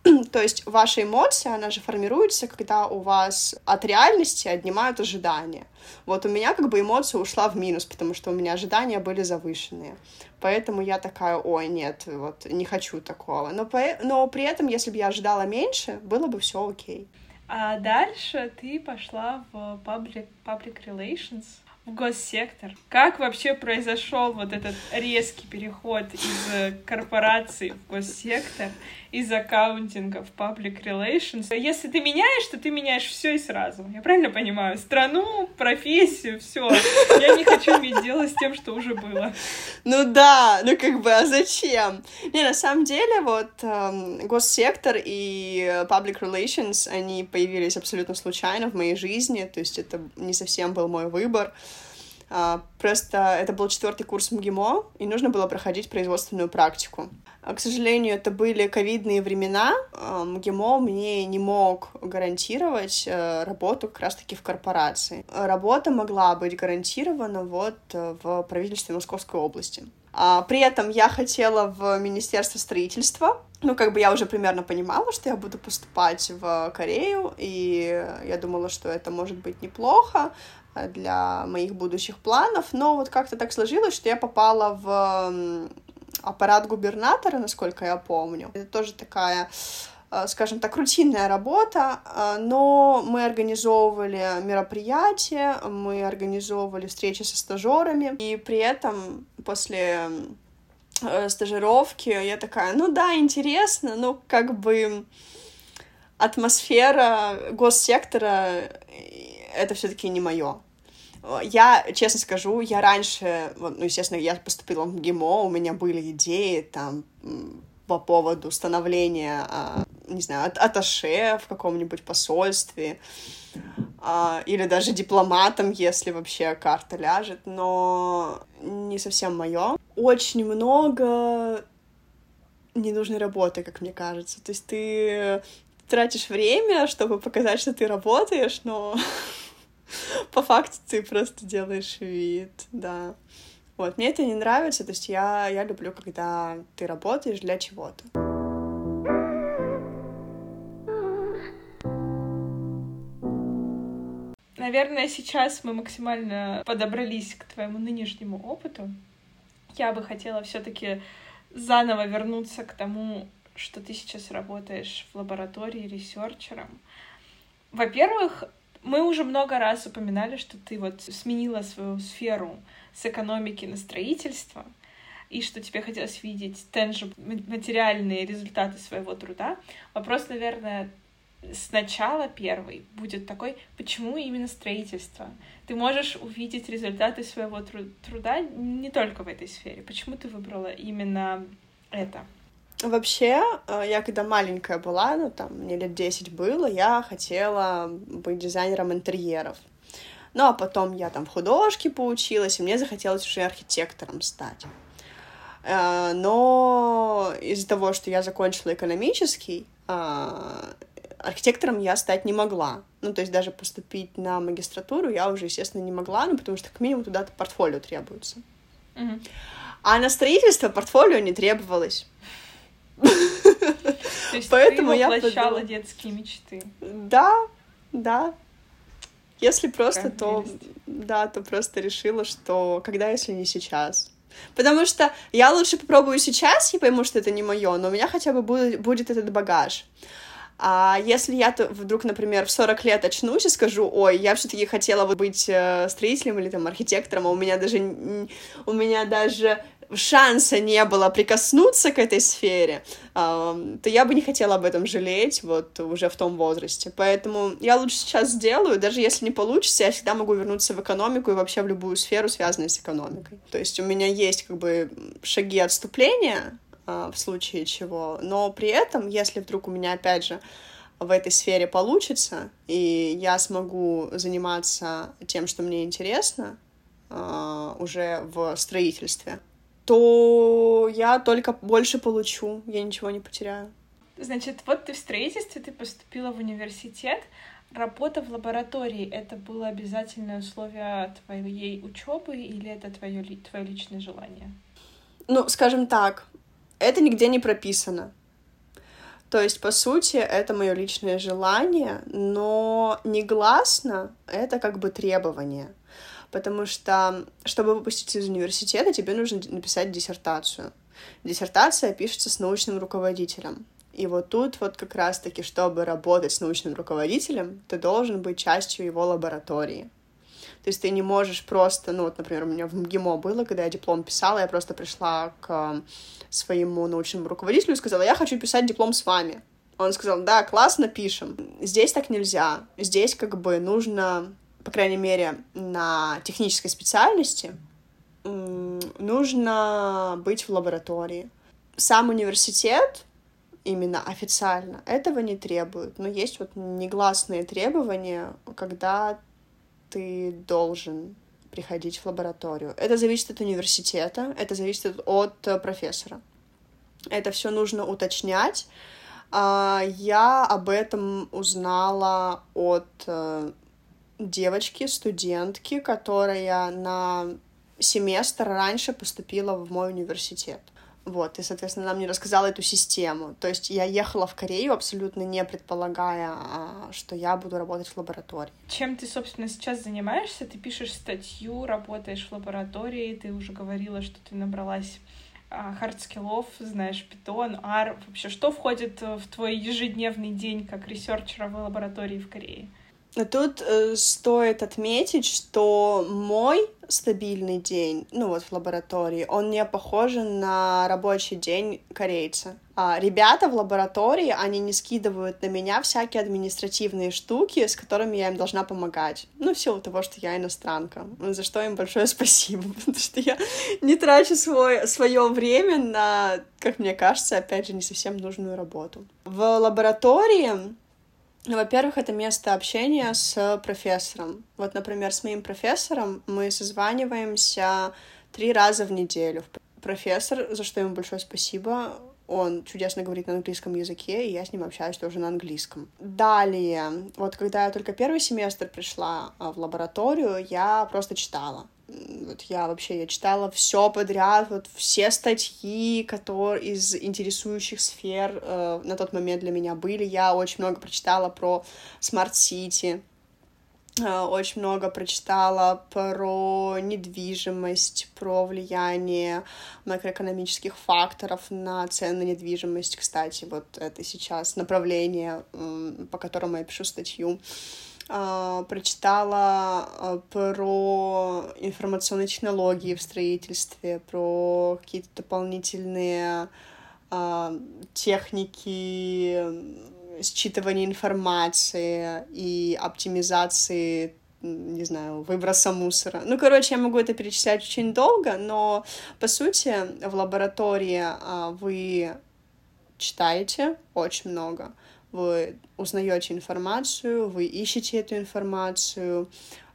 То есть ваша эмоция, она же формируется, когда у вас от реальности отнимают ожидания. Вот у меня как бы эмоция ушла в минус, потому что у меня ожидания были завышенные. Поэтому я такая, ой, нет, вот не хочу такого. Но, по... Но при этом, если бы я ожидала меньше, было бы все окей. А дальше ты пошла в public, public relations, в госсектор. Как вообще произошел вот этот резкий переход из корпорации в госсектор, из аккаунтинга в public relations? Если ты меняешь, то ты меняешь все и сразу. Я правильно понимаю? Страну, профессию, все. Я не хочу иметь дело с тем, что уже было. Ну да, ну как бы, а зачем? Не, на самом деле, вот эм, госсектор и public relations, они появились абсолютно случайно в моей жизни, то есть это не совсем был мой выбор. Uh, просто это был четвертый курс МГИМО, и нужно было проходить производственную практику. Uh, к сожалению, это были ковидные времена. Uh, МГИМО мне не мог гарантировать uh, работу как раз-таки в корпорации. Uh, работа могла быть гарантирована вот uh, в правительстве Московской области. Uh, при этом я хотела в Министерство строительства. Ну, как бы я уже примерно понимала, что я буду поступать в Корею, и я думала, что это может быть неплохо для моих будущих планов, но вот как-то так сложилось, что я попала в аппарат губернатора, насколько я помню. Это тоже такая, скажем так, рутинная работа, но мы организовывали мероприятия, мы организовывали встречи со стажерами, и при этом после стажировки я такая, ну да, интересно, но как бы атмосфера госсектора — это все-таки не мое. Я, честно скажу, я раньше, ну, естественно, я поступила в МГИМО, у меня были идеи там по поводу становления, не знаю, атташе в каком-нибудь посольстве, или даже дипломатом, если вообще карта ляжет, но не совсем мое. Очень много ненужной работы, как мне кажется. То есть ты тратишь время, чтобы показать, что ты работаешь, но по факту ты просто делаешь вид, да. Вот, мне это не нравится, то есть я, я люблю, когда ты работаешь для чего-то. Наверное, сейчас мы максимально подобрались к твоему нынешнему опыту. Я бы хотела все-таки заново вернуться к тому, что ты сейчас работаешь в лаборатории ресерчером. Во-первых, мы уже много раз упоминали, что ты вот сменила свою сферу с экономики на строительство, и что тебе хотелось видеть tangible, материальные результаты своего труда. Вопрос, наверное, сначала первый будет такой, почему именно строительство? Ты можешь увидеть результаты своего тру- труда не только в этой сфере. Почему ты выбрала именно это? Вообще, я когда маленькая была, ну, там, мне лет десять было, я хотела быть дизайнером интерьеров. Ну, а потом я там в художке поучилась, и мне захотелось уже архитектором стать. Но из-за того, что я закончила экономический, архитектором я стать не могла. Ну, то есть даже поступить на магистратуру я уже, естественно, не могла, ну, потому что как минимум туда-то портфолио требуется. Угу. А на строительство портфолио не требовалось. То есть Поэтому ты я воплощала подумала... детские мечты. Да, да. Если просто, Какая то... прелесть. Да, то просто решила, что когда, если не сейчас. Потому что я лучше попробую сейчас и пойму, что это не мое, но у меня хотя бы будет, будет этот багаж. А если я вдруг, например, в сорок лет очнусь и скажу, ой, я все-таки хотела быть строителем или там архитектором, а у меня даже, у меня даже шанса не было прикоснуться к этой сфере, то я бы не хотела об этом жалеть вот уже в том возрасте. Поэтому я лучше сейчас сделаю, даже если не получится, я всегда могу вернуться в экономику и вообще в любую сферу, связанную с экономикой. То есть у меня есть как бы шаги отступления, в случае чего, но при этом, если вдруг у меня, опять же, в этой сфере получится, и я смогу заниматься тем, что мне интересно, уже в строительстве, то я только больше получу, я ничего не потеряю. Значит, вот ты в строительстве, ты поступила в университет, работа в лаборатории — это было обязательное условие твоей учебы или это твое, твое личное желание? Ну, скажем так, это нигде не прописано. То есть, по сути, это мое личное желание, но негласно это как бы требование. Потому что, чтобы выпуститься из университета, тебе нужно написать диссертацию. Диссертация пишется с научным руководителем. И вот тут вот как раз-таки, чтобы работать с научным руководителем, ты должен быть частью его лаборатории. То есть ты не можешь просто, ну вот, например, у меня в МГИМО было, когда я диплом писала, я просто пришла к своему научному руководителю и сказала: я хочу писать диплом с вами. Он сказал: да, классно, пишем. Здесь так нельзя. Здесь как бы нужно, по крайней мере, на технической специальности, нужно быть в лаборатории. Сам университет именно официально этого не требует, но есть вот негласные требования, когда ты должен приходить в лабораторию. Это зависит от университета, это зависит от профессора. Это все нужно уточнять. Я об этом узнала от девочки, студентки, которая на семестр раньше поступила в мой университет. Вот, и, соответственно, она мне рассказала эту систему. То есть я ехала в Корею, абсолютно не предполагая, что я буду работать в лаборатории. Чем ты, собственно, сейчас занимаешься? Ты пишешь статью, работаешь в лаборатории, ты уже говорила, что ты набралась хард-скиллов, знаешь Python, ар. Вообще, что входит в твой ежедневный день как ресерчера в лаборатории в Корее? Тут э, стоит отметить, что мой стабильный день, ну вот в лаборатории, он не похожен на рабочий день корейца. А ребята в лаборатории, они не скидывают на меня всякие административные штуки, с которыми я им должна помогать. Ну, в силу того, что я иностранка. За что им большое спасибо, потому что я не трачу свой, свое время на, как мне кажется, опять же, не совсем нужную работу. В лаборатории... Ну, во-первых, это место общения с профессором. Вот, например, с моим профессором мы созваниваемся три раза в неделю. Профессор, за что ему большое спасибо, он чудесно говорит на английском языке, и я с ним общаюсь тоже на английском. Далее, вот когда я только первый семестр пришла в лабораторию, я просто читала. Вот я вообще, я читала все подряд, вот все статьи, которые из интересующих сфер э, на тот момент для меня были. Я очень много прочитала про Smart City, э, очень много прочитала про недвижимость, про влияние макроэкономических факторов на цены на недвижимость. Кстати, вот это сейчас направление, э, по которому я пишу статью. Uh, прочитала uh, про информационные технологии в строительстве, про какие-то дополнительные uh, техники считывания информации и оптимизации, не знаю, выброса мусора. Ну, короче, я могу это перечислять очень долго, но, по сути, в лаборатории uh, вы читаете очень много. Вы узнаете информацию, вы ищете эту информацию,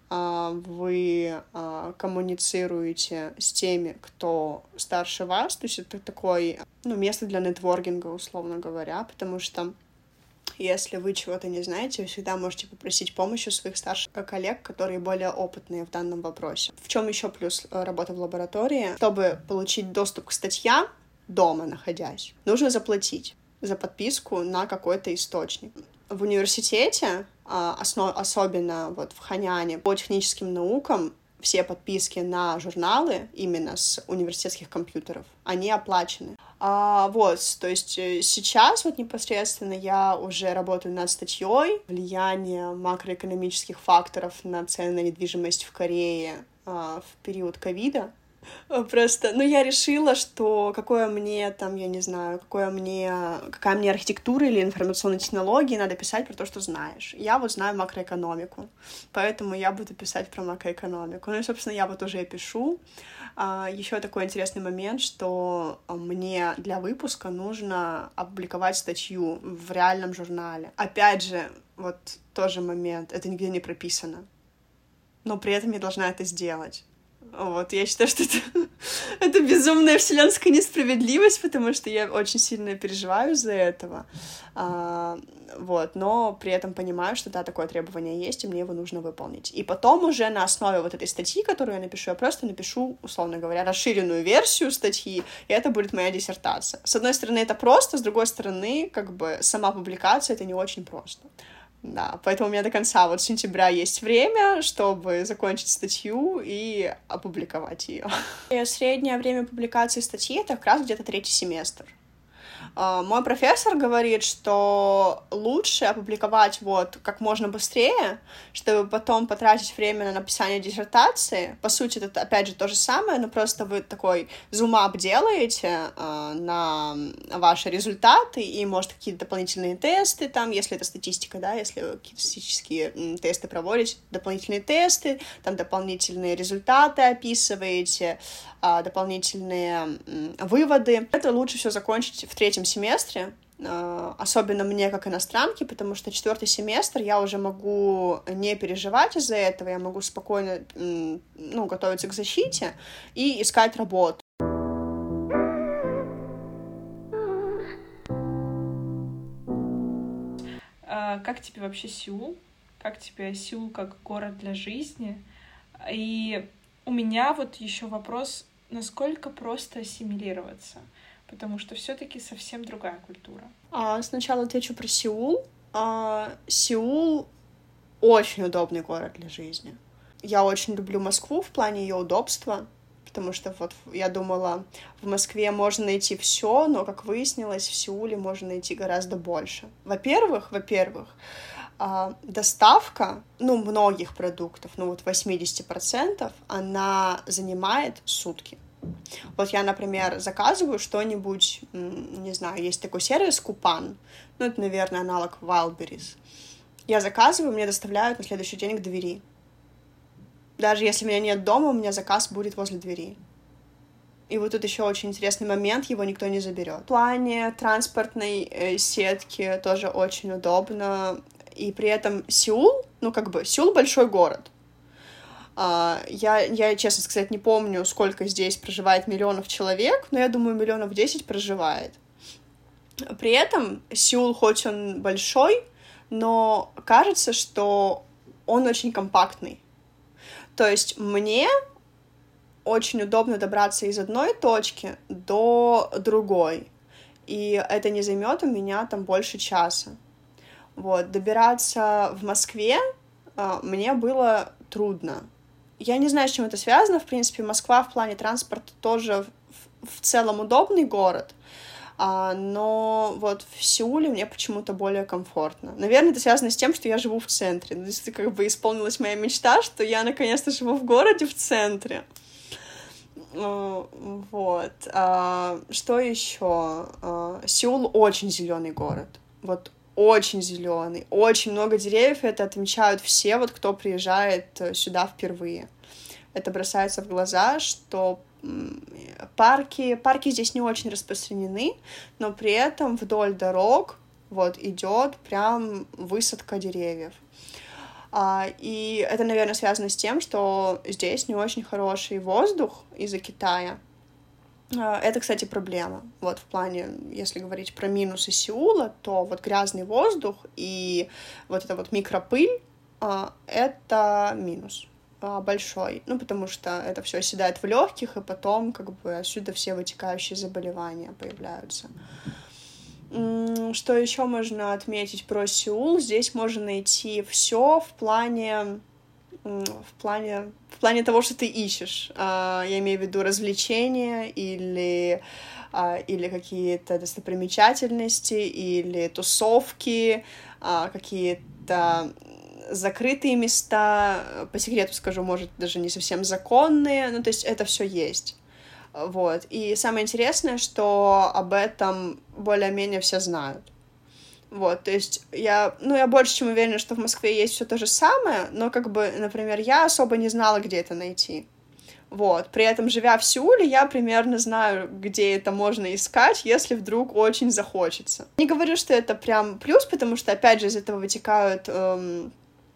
вы коммуницируете с теми, кто старше вас, то есть это такое, ну, место для нетворкинга, условно говоря, потому что если вы чего-то не знаете, вы всегда можете попросить помощи у своих старших коллег, которые более опытные в данном вопросе. В чем еще плюс работы в лаборатории? Чтобы получить доступ к статьям дома находясь, нужно заплатить за подписку на какой-то источник. В университете, основ, особенно вот в Ханяне, по техническим наукам, все подписки на журналы именно с университетских компьютеров, они оплачены. А, вот, то есть сейчас вот непосредственно я уже работаю над статьей «Влияние макроэкономических факторов на цены на недвижимость в Корее а, в период ковида». Просто, ну, я решила, что какое мне там, я не знаю, какое мне, какая мне архитектура или информационные технологии, надо писать про то, что знаешь. Я вот знаю макроэкономику, поэтому я буду писать про макроэкономику. Ну и, собственно, я вот уже пишу. Еще такой интересный момент, что мне для выпуска нужно опубликовать статью в реальном журнале. Опять же, вот тоже момент, это нигде не прописано, но при этом я должна это сделать. Вот, я считаю, что это, это безумная вселенская несправедливость, потому что я очень сильно переживаю из-за этого. А, вот, но при этом понимаю, что да, такое требование есть, и мне его нужно выполнить. И потом уже на основе вот этой статьи, которую я напишу, я просто напишу, условно говоря, расширенную версию статьи, и это будет моя диссертация. С одной стороны, это просто, с другой стороны, как бы сама публикация — это не очень просто. Да, поэтому у меня до конца вот сентября есть время, чтобы закончить статью и опубликовать ее. И среднее время публикации статьи — это как раз где-то третий семестр. Мой профессор говорит, что лучше опубликовать вот как можно быстрее, чтобы потом потратить время на написание диссертации. По сути, это, опять же, то же самое, но просто вы такой зум-ап делаете э, на ваши результаты и, может, какие-то дополнительные тесты, там, если это статистика, да, если вы какие-то статистические м, тесты проводите, дополнительные тесты, там, дополнительные результаты описываете, э, дополнительные м, выводы. Это лучше все закончить в третьем семестре, особенно мне как иностранке, потому что четвертый семестр я уже могу не переживать из-за этого, я могу спокойно, ну, готовиться к защите и искать работу. А как тебе вообще Сеул? Как тебе Сеул как город для жизни? И у меня вот еще вопрос, насколько просто ассимилироваться? Потому что все-таки совсем другая культура. А, сначала отвечу про Сеул. А, Сеул очень удобный город для жизни. Я очень люблю Москву в плане ее удобства, потому что вот я думала, в Москве можно найти все, но, как выяснилось, в Сеуле можно найти гораздо больше. Во-первых, во-первых, а, доставка, ну, многих продуктов, ну, вот восемьдесят процентов, она занимает сутки. Вот я, например, заказываю что-нибудь, не знаю, есть такой сервис Купан, ну, это, наверное, аналог Wildberries. Я заказываю, мне доставляют на следующий день к двери. Даже если меня нет дома, у меня заказ будет возле двери. И вот тут еще очень интересный момент, его никто не заберет. В плане транспортной э, сетки тоже очень удобно. И при этом Сеул, ну, как бы, Сеул большой город. Uh, я, я, честно сказать, не помню, сколько здесь проживает миллионов человек, но я думаю, миллионов десять проживает. При этом Сеул, хоть он большой, но кажется, что он очень компактный. То есть мне очень удобно добраться из одной точки до другой, и это не займет у меня там больше часа. Вот. Добираться в Москве uh, мне было трудно. Я не знаю, с чем это связано. В принципе, Москва в плане транспорта тоже в, в целом удобный город, а, но вот в Сеуле мне почему-то более комфортно. Наверное, это связано с тем, что я живу в центре. То есть, как бы исполнилась моя мечта, что я наконец-то живу в городе в центре. Вот. А, что еще? А, Сеул очень зеленый город. Вот очень зеленый, очень много деревьев, это отмечают все, вот кто приезжает сюда впервые. Это бросается в глаза, что парки, парки здесь не очень распространены, но при этом вдоль дорог вот идет прям высадка деревьев. А, и это, наверное, связано с тем, что здесь не очень хороший воздух из-за Китая. Это, кстати, проблема. Вот в плане, если говорить про минусы Сеула, то вот грязный воздух и вот эта вот микропыль — это минус большой. Ну, потому что это все оседает в легких, и потом как бы отсюда все вытекающие заболевания появляются. Что еще можно отметить про Сеул? Здесь можно найти все в плане в плане, в плане того, что ты ищешь. Я имею в виду развлечения или, или какие-то достопримечательности, или тусовки, какие-то закрытые места, по секрету скажу, может, даже не совсем законные, ну, то есть это все есть. Вот. И самое интересное, что об этом более-менее все знают. Вот, то есть я, ну, я больше чем уверена, что в Москве есть все то же самое, но, как бы, например, я особо не знала, где это найти. Вот, при этом, живя в Сеуле, я примерно знаю, где это можно искать, если вдруг очень захочется. Не говорю, что это прям плюс, потому что, опять же, из этого вытекают эм,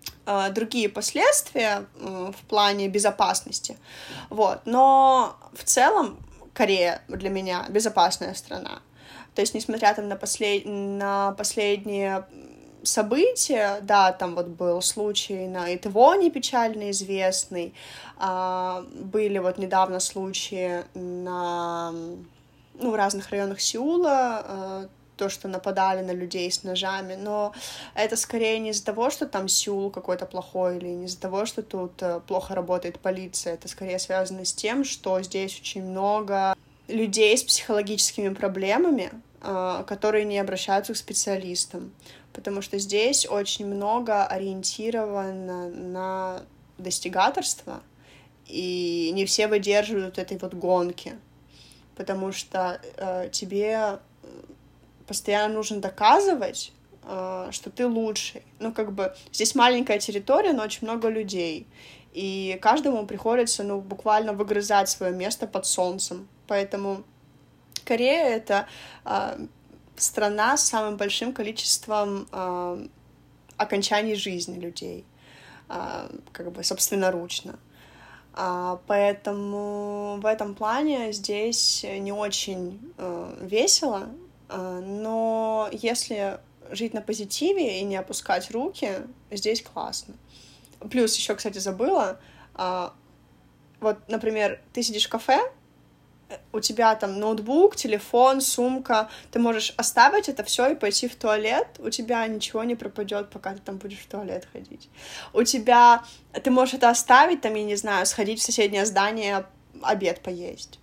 э, другие последствия э, в плане безопасности, вот, но в целом Корея для меня безопасная страна. То есть, несмотря там на, послед... на последние события, да, там вот был случай на Итвоне печально известный, а, были вот недавно случаи на, ну, в разных районах Сеула, а, то, что нападали на людей с ножами, но это скорее не из-за того, что там Сеул какой-то плохой, или не из-за того, что тут плохо работает полиция, это скорее связано с тем, что здесь очень много людей с психологическими проблемами, которые не обращаются к специалистам, потому что здесь очень много ориентировано на достигаторство, и не все выдерживают этой вот гонки, потому что э, тебе постоянно нужно доказывать, э, что ты лучший. Ну, как бы, здесь маленькая территория, но очень много людей, и каждому приходится, ну, буквально выгрызать свое место под солнцем, поэтому Корея — это э, страна с самым большим количеством э, окончаний жизни людей, э, как бы собственноручно. Uh, поэтому в этом плане здесь не очень uh, весело, uh, но если жить на позитиве и не опускать руки, здесь классно. Плюс еще, кстати, забыла, uh, вот, например, ты сидишь в кафе, у тебя там ноутбук, телефон, сумка, ты можешь оставить это все и пойти в туалет, у тебя ничего не пропадет, пока ты там будешь в туалет ходить. У тебя, ты можешь это оставить, там, я не знаю, сходить в соседнее здание, обед поесть.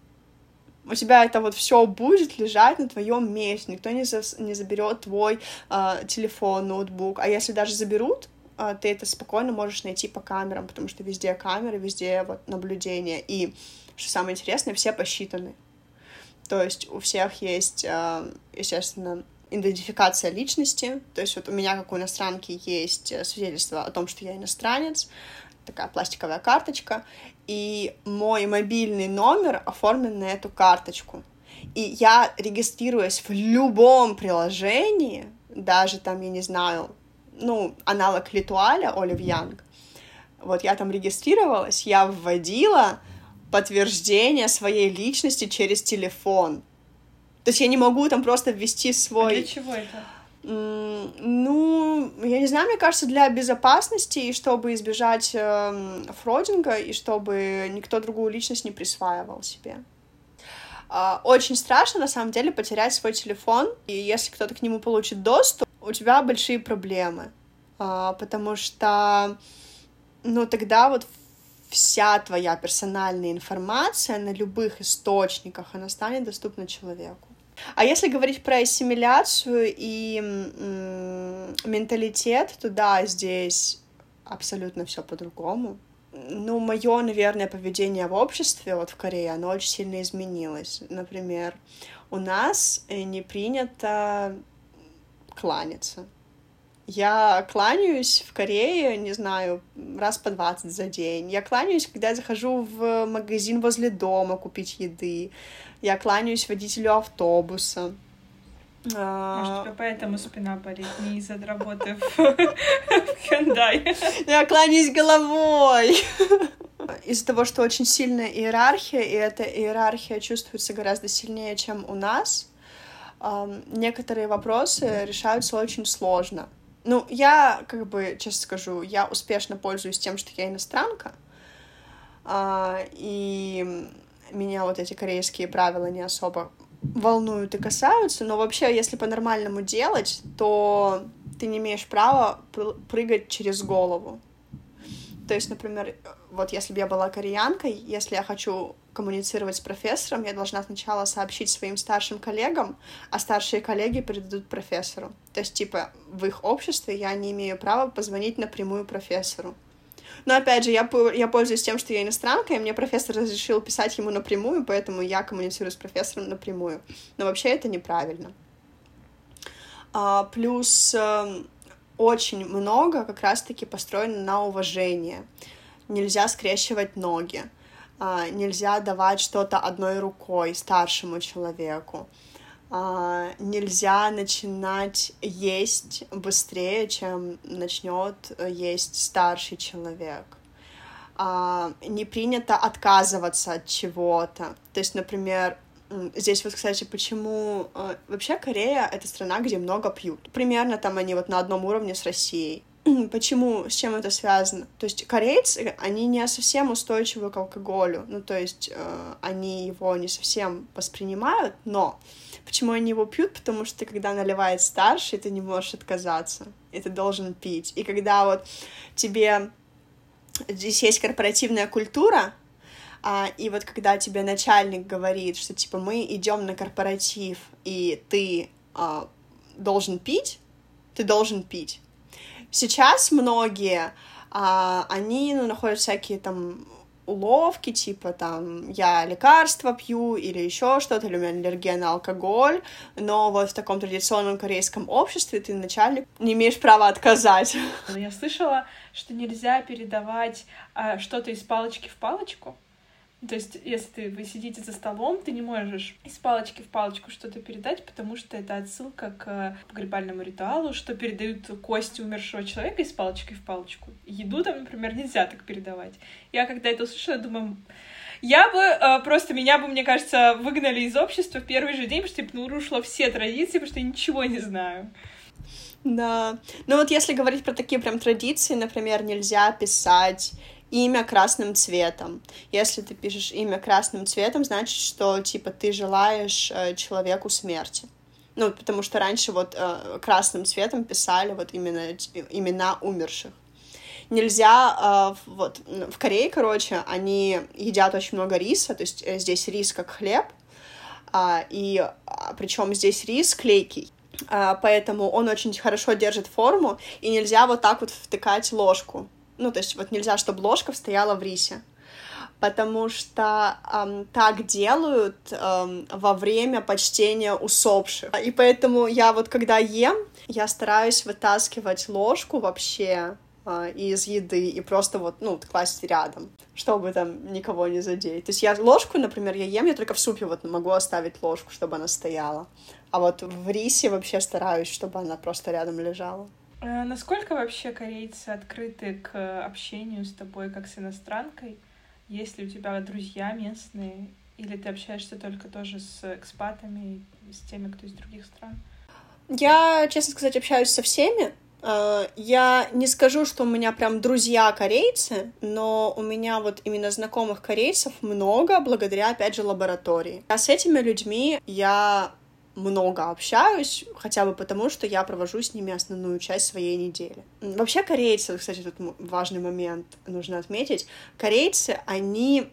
У тебя это вот все будет лежать на твоем месте, никто не, за, не заберет твой э, телефон, ноутбук, а если даже заберут, э, ты это спокойно можешь найти по камерам, потому что везде камеры, везде вот наблюдение, и что самое интересное, все посчитаны. То есть у всех есть, естественно, идентификация личности. То есть вот у меня, как у иностранки, есть свидетельство о том, что я иностранец, такая пластиковая карточка, и мой мобильный номер оформлен на эту карточку. И я регистрируюсь в любом приложении, даже там, я не знаю, ну, аналог Литуаля, Олив Янг, вот я там регистрировалась, я вводила подтверждение своей личности через телефон. То есть я не могу там просто ввести свой... А для чего это? Mm, ну, я не знаю, мне кажется, для безопасности, и чтобы избежать э, фродинга, и чтобы никто другую личность не присваивал себе. Э, очень страшно, на самом деле, потерять свой телефон, и если кто-то к нему получит доступ, у тебя большие проблемы. Э, потому что, ну, тогда вот вся твоя персональная информация на любых источниках, она станет доступна человеку. А если говорить про ассимиляцию и м- менталитет, то да, здесь абсолютно все по-другому. Ну, мое, наверное, поведение в обществе, вот в Корее, оно очень сильно изменилось. Например, у нас не принято кланяться. Я кланяюсь в Корее, не знаю, раз по двадцать за день. Я кланяюсь, когда я захожу в магазин возле дома купить еды. Я кланяюсь водителю автобуса. Может, у тебя поэтому спина болит, не из-за работы в Hyundai. Я кланяюсь головой. Из-за того, что очень сильная иерархия, и эта иерархия чувствуется гораздо сильнее, чем у нас, некоторые вопросы решаются очень сложно. Ну, я, как бы, честно скажу, я успешно пользуюсь тем, что я иностранка, и меня вот эти корейские правила не особо волнуют и касаются, но вообще, если по-нормальному делать, то ты не имеешь права прыгать через голову. То есть, например, вот если бы я была кореянкой, если я хочу коммуницировать с профессором, я должна сначала сообщить своим старшим коллегам, а старшие коллеги передадут профессору. То есть, типа, в их обществе я не имею права позвонить напрямую профессору. Но, опять же, я, я пользуюсь тем, что я иностранка, и мне профессор разрешил писать ему напрямую, поэтому я коммуницирую с профессором напрямую. Но вообще это неправильно. А, плюс э, очень много как раз-таки построено на уважение. Нельзя скрещивать ноги. Нельзя давать что-то одной рукой старшему человеку. а, нельзя начинать есть быстрее, чем начнет есть старший человек. А, не принято отказываться от чего-то. То есть, например, здесь вот, кстати, почему... Вообще Корея — это страна, где много пьют. Примерно там они вот на одном уровне с Россией. Почему, с чем это связано? То есть корейцы, они не совсем устойчивы к алкоголю, ну, то есть э, они его не совсем воспринимают, но почему они его пьют? Потому что когда наливает старший, ты не можешь отказаться, и ты должен пить. И когда вот тебе... Здесь есть корпоративная культура, а, и вот когда тебе начальник говорит, что, типа, мы идем на корпоратив, и ты а, должен пить, ты должен пить. Сейчас многие, а, они, ну, находят всякие там уловки, типа там я лекарства пью или еще что-то, или у меня аллергия на алкоголь, но вот в таком традиционном корейском обществе ты, начальник, не имеешь права отказать. Я слышала, что нельзя передавать а, что-то из палочки в палочку. То есть, если ты, вы сидите за столом, ты не можешь из палочки в палочку что-то передать, потому что это отсылка к погребальному ритуалу, что передают кости умершего человека из палочки в палочку. Еду там, например, нельзя так передавать. Я когда это услышала, думаю, я бы э, просто, меня бы, мне кажется, выгнали из общества в первый же день, потому что я нарушила все традиции, потому что я ничего не знаю. Да. Ну вот если говорить про такие прям традиции, например, нельзя писать имя красным цветом. Если ты пишешь имя красным цветом, значит, что, типа, ты желаешь э, человеку смерти. Ну, потому что раньше вот э, красным цветом писали вот именно имена умерших. Нельзя, э, вот, в Корее, короче, они едят очень много риса, то есть э, здесь рис как хлеб, э, и э, причем здесь рис клейкий, э, поэтому он очень хорошо держит форму, и нельзя вот так вот втыкать ложку. Ну, то есть вот нельзя, чтобы ложка стояла в рисе, потому что эм, так делают эм, во время почтения усопших. И поэтому я вот когда ем, я стараюсь вытаскивать ложку вообще э, из еды и просто вот, ну, класть рядом, чтобы там никого не задеть. То есть я ложку, например, я ем, я только в супе вот могу оставить ложку, чтобы она стояла. А вот в рисе вообще стараюсь, чтобы она просто рядом лежала. Насколько вообще корейцы открыты к общению с тобой как с иностранкой? Есть ли у тебя друзья местные? Или ты общаешься только тоже с экспатами, с теми, кто из других стран? Я, честно сказать, общаюсь со всеми. Я не скажу, что у меня прям друзья корейцы, но у меня вот именно знакомых корейцев много благодаря, опять же, лаборатории. А с этими людьми я много общаюсь, хотя бы потому, что я провожу с ними основную часть своей недели. Вообще корейцы, кстати, тут важный момент нужно отметить, корейцы, они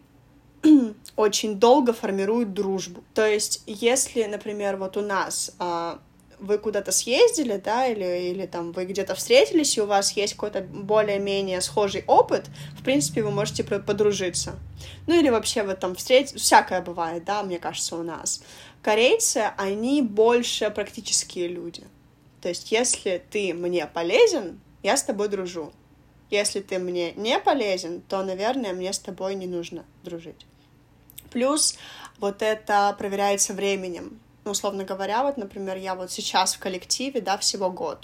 очень долго формируют дружбу. То есть, если, например, вот у нас а, вы куда-то съездили, да, или, или там вы где-то встретились, и у вас есть какой-то более-менее схожий опыт, в принципе, вы можете подружиться. Ну, или вообще вы там встретились, всякое бывает, да, мне кажется, у нас. Корейцы, они больше практические люди. То есть, если ты мне полезен, я с тобой дружу. Если ты мне не полезен, то, наверное, мне с тобой не нужно дружить. Плюс вот это проверяется временем. Ну, условно говоря, вот, например, я вот сейчас в коллективе, да, всего год.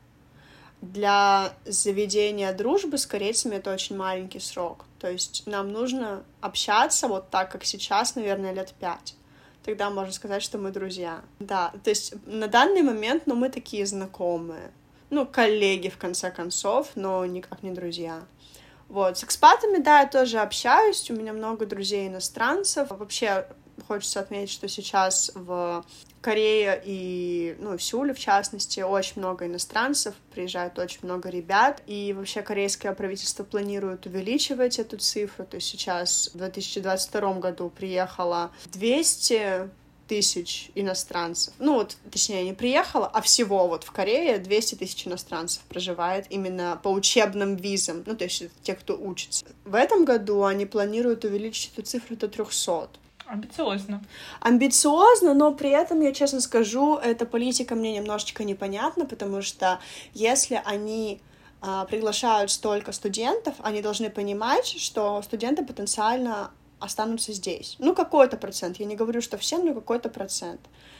Для заведения дружбы с корейцами это очень маленький срок. То есть нам нужно общаться вот так, как сейчас, наверное, лет пять. Тогда можно сказать, что мы друзья. Да, то есть на данный момент, ну, мы такие знакомые. Ну, коллеги, в конце концов, но никак не друзья. Вот, с экспатами, да, я тоже общаюсь, у меня много друзей-иностранцев. Вообще, хочется отметить, что сейчас в Корее и, ну, в Сеуле, в частности, очень много иностранцев, приезжает очень много ребят, и вообще корейское правительство планирует увеличивать эту цифру, то есть сейчас в две тысячи двадцать втором году приехало двести тысяч иностранцев, ну вот, точнее, не приехало, а всего вот в Корее двести тысяч иностранцев проживает именно по учебным визам, ну, то есть те, кто учится. В этом году они планируют увеличить эту цифру до трехсот. Амбициозно. Амбициозно, но при этом, я честно скажу, эта политика мне немножечко непонятна, потому что если они а, приглашают столько студентов, они должны понимать, что студенты потенциально останутся здесь. Ну, какой-то процент. Я не говорю, что все, но какой-то процент.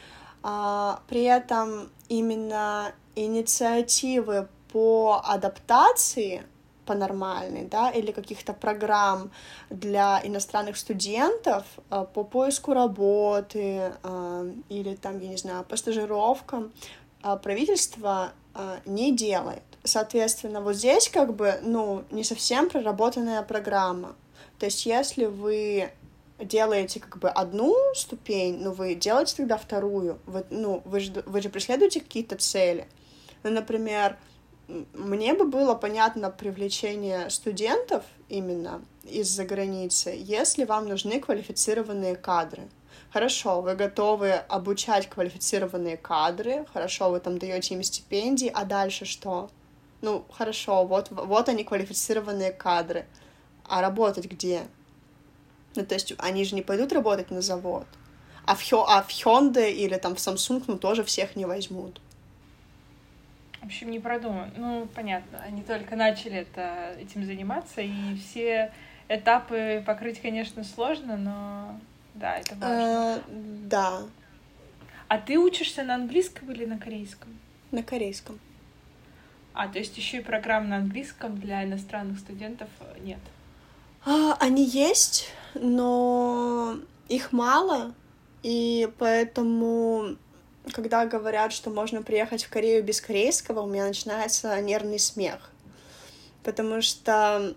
А, при этом именно инициативы по адаптации, по нормальной, да, или каких-то программ для иностранных студентов а, по поиску работы а, или там, я не знаю, по стажировкам а, правительство а, не делает. Соответственно, вот здесь как бы, ну, не совсем проработанная программа. То есть если вы делаете как бы одну ступень, ну, вы делаете тогда вторую. Вы, ну, вы же, вы же преследуете какие-то цели. Ну, например, мне бы было понятно привлечение студентов именно из-за границы, если вам нужны квалифицированные кадры. Хорошо, вы готовы обучать квалифицированные кадры, хорошо, вы там даете им стипендии, а дальше что? Ну, хорошо, вот, вот они, квалифицированные кадры. А работать где? Ну, то есть они же не пойдут работать на завод. А в, Хё, а в Hyundai или там в Samsung, ну, тоже всех не возьмут. В общем, не продумано. Ну, понятно, они только начали это, этим заниматься, и все этапы покрыть, конечно, сложно, но да, это важно. Да. А ты учишься на английском или на корейском? На корейском. А, то есть еще и программ на английском для иностранных студентов нет? А, они есть, но их мало, и поэтому, когда говорят, что можно приехать в Корею без корейского, у меня начинается нервный смех, потому что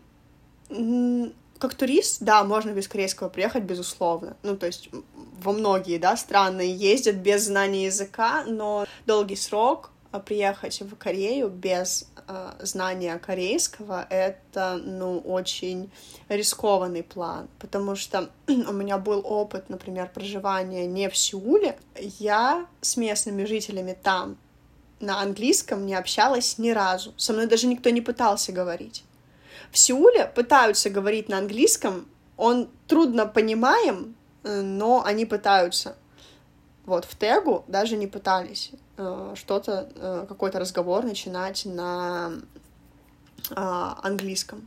как турист, да, можно без корейского приехать, безусловно, ну, то есть во многие, да, страны ездят без знания языка, но долгий срок приехать в Корею без э, знания корейского — это, ну, очень рискованный план, потому что у меня был опыт, например, проживания не в Сеуле. Я с местными жителями там на английском не общалась ни разу. Со мной даже никто не пытался говорить. В Сеуле пытаются говорить на английском, он трудно понимаем, но они пытаются. Вот, в Тегу даже не пытались э, что-то, э, какой-то разговор начинать на э, английском.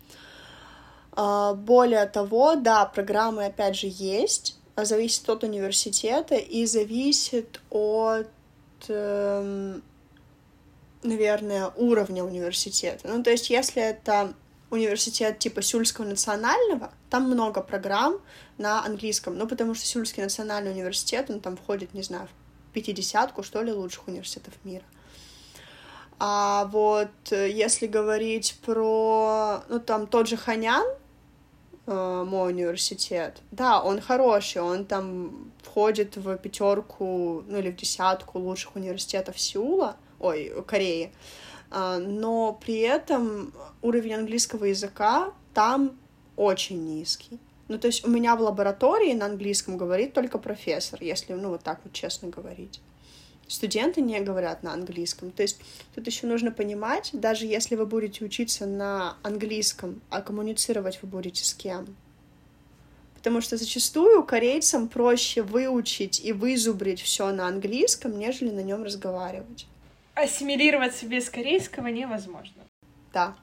Э, более того, да, программы, опять же, есть, зависит от университета и зависит от, э, наверное, уровня университета. Ну, то есть, если это университет типа Сеульского национального, там много программ на английском, ну, потому что Сеульский национальный университет, он там входит, не знаю, в пятидесятку, что ли, лучших университетов мира. А вот если говорить про, ну, там, тот же Ханян, э, мой университет, да, он хороший, он там входит в пятерку, ну, или в десятку лучших университетов Сеула, ой, Кореи, но при этом уровень английского языка там очень низкий. Ну, то есть у меня в лаборатории на английском говорит только профессор, если, ну, вот так вот честно говорить. Студенты не говорят на английском. То есть тут еще нужно понимать, даже если вы будете учиться на английском, а коммуницировать вы будете с кем? Потому что зачастую корейцам проще выучить и вызубрить все на английском, нежели на нем разговаривать. Ассимилироваться без корейского невозможно. Да.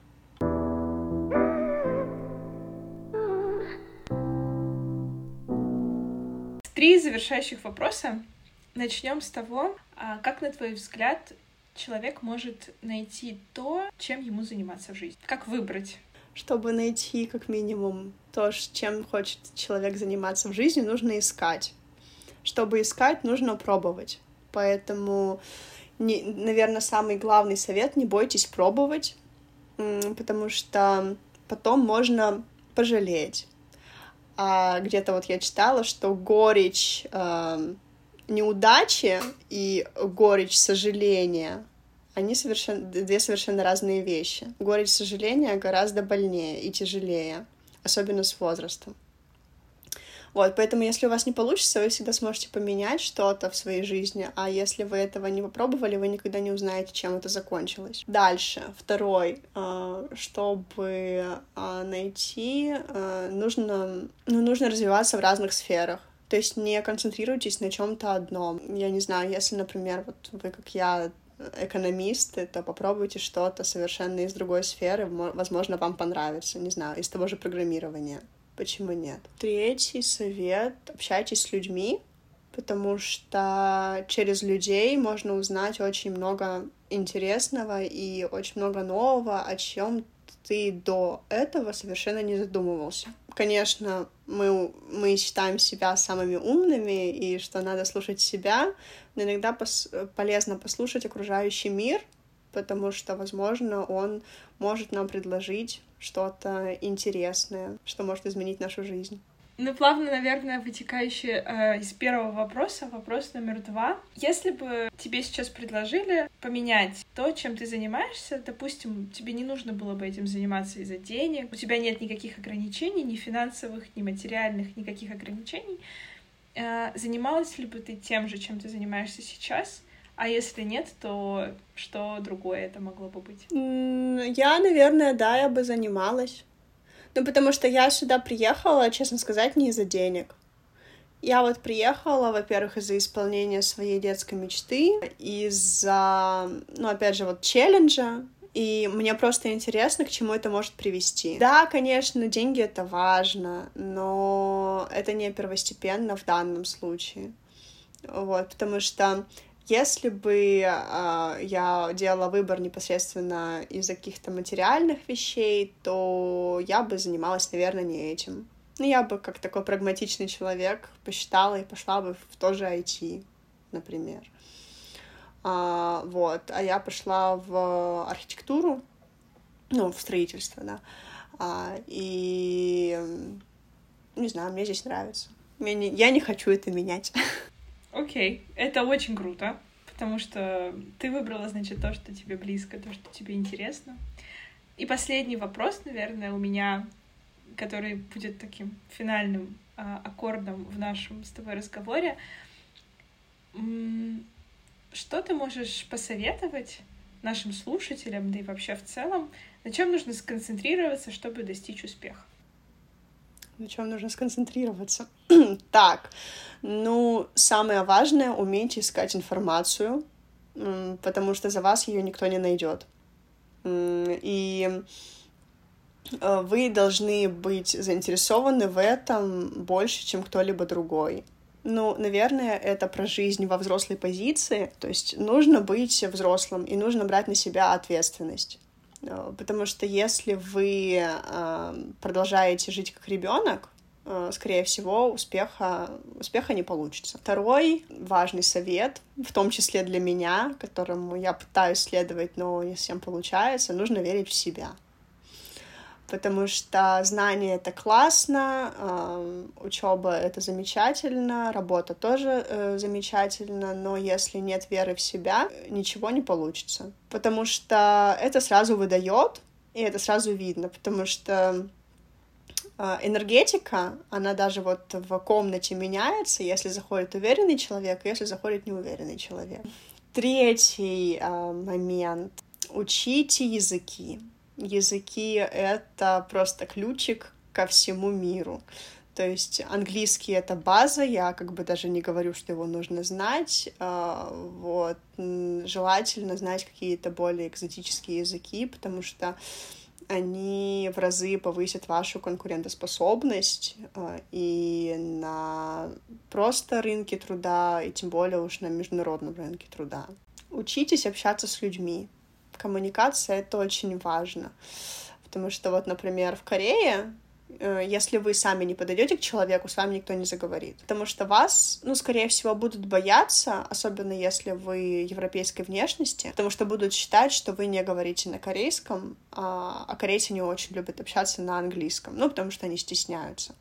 Три завершающих вопроса. Начнем с того, как, на твой взгляд, человек может найти то, чем ему заниматься в жизни? Как выбрать? Чтобы найти, как минимум, то, чем хочет человек заниматься в жизни, нужно искать. Чтобы искать, нужно пробовать. Поэтому, не, наверное, самый главный совет — не бойтесь пробовать, потому что потом можно пожалеть. А где-то вот я читала, что горечь э, неудачи и горечь сожаления — они совершенно, две совершенно разные вещи. Горечь сожаления гораздо больнее и тяжелее, особенно с возрастом. Вот, поэтому если у вас не получится, вы всегда сможете поменять что-то в своей жизни, а если вы этого не попробовали, вы никогда не узнаете, чем это закончилось. Дальше, второй, чтобы найти, нужно, ну, нужно развиваться в разных сферах. То есть не концентрируйтесь на чем-то одном. Я не знаю, если, например, вот вы, как я, экономисты, то попробуйте что-то совершенно из другой сферы, возможно, вам понравится, не знаю, из того же программирования. Почему нет? Третий совет — общайтесь с людьми, потому что через людей можно узнать очень много интересного и очень много нового, о чем ты до этого совершенно не задумывался. Конечно, мы, мы считаем себя самыми умными, и что надо слушать себя, но иногда пос- полезно послушать окружающий мир, потому что, возможно, он может нам предложить что-то интересное, что может изменить нашу жизнь. Ну, плавно, наверное, вытекающий э, из первого вопроса, вопрос номер два. Если бы тебе сейчас предложили поменять то, чем ты занимаешься, допустим, тебе не нужно было бы этим заниматься из-за денег, у тебя нет никаких ограничений, ни финансовых, ни материальных, никаких ограничений, э, занималась ли бы ты тем же, чем ты занимаешься сейчас? А если нет, то что другое это могло бы быть? Я, наверное, да, я бы занималась. Ну, потому что я сюда приехала, честно сказать, не из-за денег. Я вот приехала, во-первых, из-за исполнения своей детской мечты, из-за, ну, опять же, вот челленджа, и мне просто интересно, к чему это может привести. Да, конечно, деньги — это важно, но это не первостепенно в данном случае. Вот, потому что если бы э, я делала выбор непосредственно из-за каких-то материальных вещей, то я бы занималась, наверное, не этим. Ну, я бы, как такой прагматичный человек, посчитала и пошла бы в то же ай ти, например. А, вот. А я пошла в архитектуру, ну, в строительство, да. А, и, не знаю, мне здесь нравится. Я не, я не хочу это менять. Окей, okay. Это очень круто, потому что ты выбрала, значит, то, что тебе близко, то, что тебе интересно. И последний вопрос, наверное, у меня, который будет таким финальным а, аккордом в нашем с тобой разговоре. Что ты можешь посоветовать нашим слушателям, да и вообще в целом, на чем нужно сконцентрироваться, чтобы достичь успеха? На чем нужно сконцентрироваться? Так, ну, самое важное — уметь искать информацию, потому что за вас ее никто не найдет. И вы должны быть заинтересованы в этом больше, чем кто-либо другой. Ну, наверное, это про жизнь во взрослой позиции, то есть нужно быть взрослым и нужно брать на себя ответственность. Потому что если вы э, продолжаете жить как ребенок, э, скорее всего, успеха, успеха не получится. Второй важный совет, в том числе для меня, которому я пытаюсь следовать, но не всем получается, нужно верить в себя. Потому что знание — это классно, э, учеба — это замечательно, работа тоже э, замечательно, но если нет веры в себя, ничего не получится. Потому что это сразу выдает, и это сразу видно, потому что э, энергетика, она даже вот в комнате меняется, если заходит уверенный человек, и если заходит неуверенный человек. Третий э, момент. Учите языки. Языки — это просто ключик ко всему миру. То есть английский — это база, я как бы даже не говорю, что его нужно знать. Вот. Желательно знать какие-то более экзотические языки, потому что они в разы повысят вашу конкурентоспособность и на просто рынке труда, и тем более уж на международном рынке труда. Учитесь общаться с людьми. Коммуникация — это очень важно, потому что вот, например, в Корее, если вы сами не подойдете к человеку, с вами никто не заговорит, потому что вас, ну, скорее всего, будут бояться, особенно если вы европейской внешности, потому что будут считать, что вы не говорите на корейском, а, а корейцы не очень любят общаться на английском, ну, потому что они стесняются.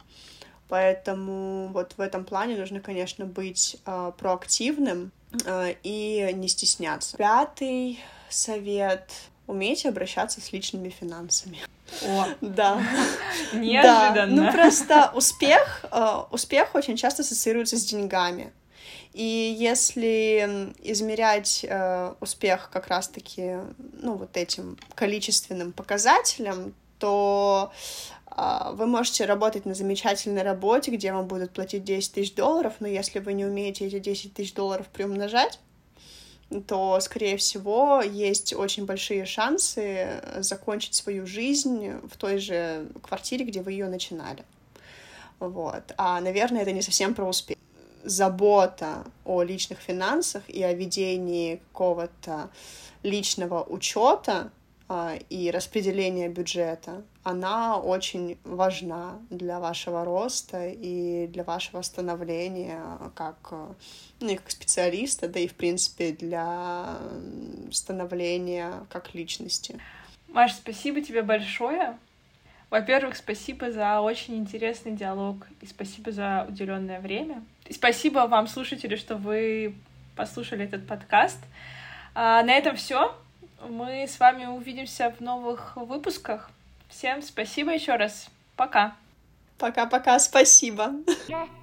Поэтому вот в этом плане нужно, конечно, быть э, проактивным э, и не стесняться. Пятый совет — умейте обращаться с личными финансами. О, да. Неожиданно. Да. Ну, просто успех, э, успех очень часто ассоциируется с деньгами. И если измерять э, успех как раз-таки, ну, вот этим количественным показателем, то э, вы можете работать на замечательной работе, где вам будут платить десять тысяч долларов, но если вы не умеете эти десять тысяч долларов приумножать, то, скорее всего, есть очень большие шансы закончить свою жизнь в той же квартире, где вы ее начинали. Вот. А, наверное, это не совсем про успех. забота о личных финансах и о ведении какого-то личного учета и распределения бюджета, она очень важна для вашего роста и для вашего становления как, ну, и как специалиста, да и, в принципе, для становления как личности. Маш, спасибо тебе большое. Во-первых, спасибо за очень интересный диалог и спасибо за уделенное время. И спасибо вам, слушатели, что вы послушали этот подкаст. А на этом все. Мы с вами увидимся в новых выпусках. Всем спасибо еще раз. Пока. Пока-пока, спасибо. Yeah.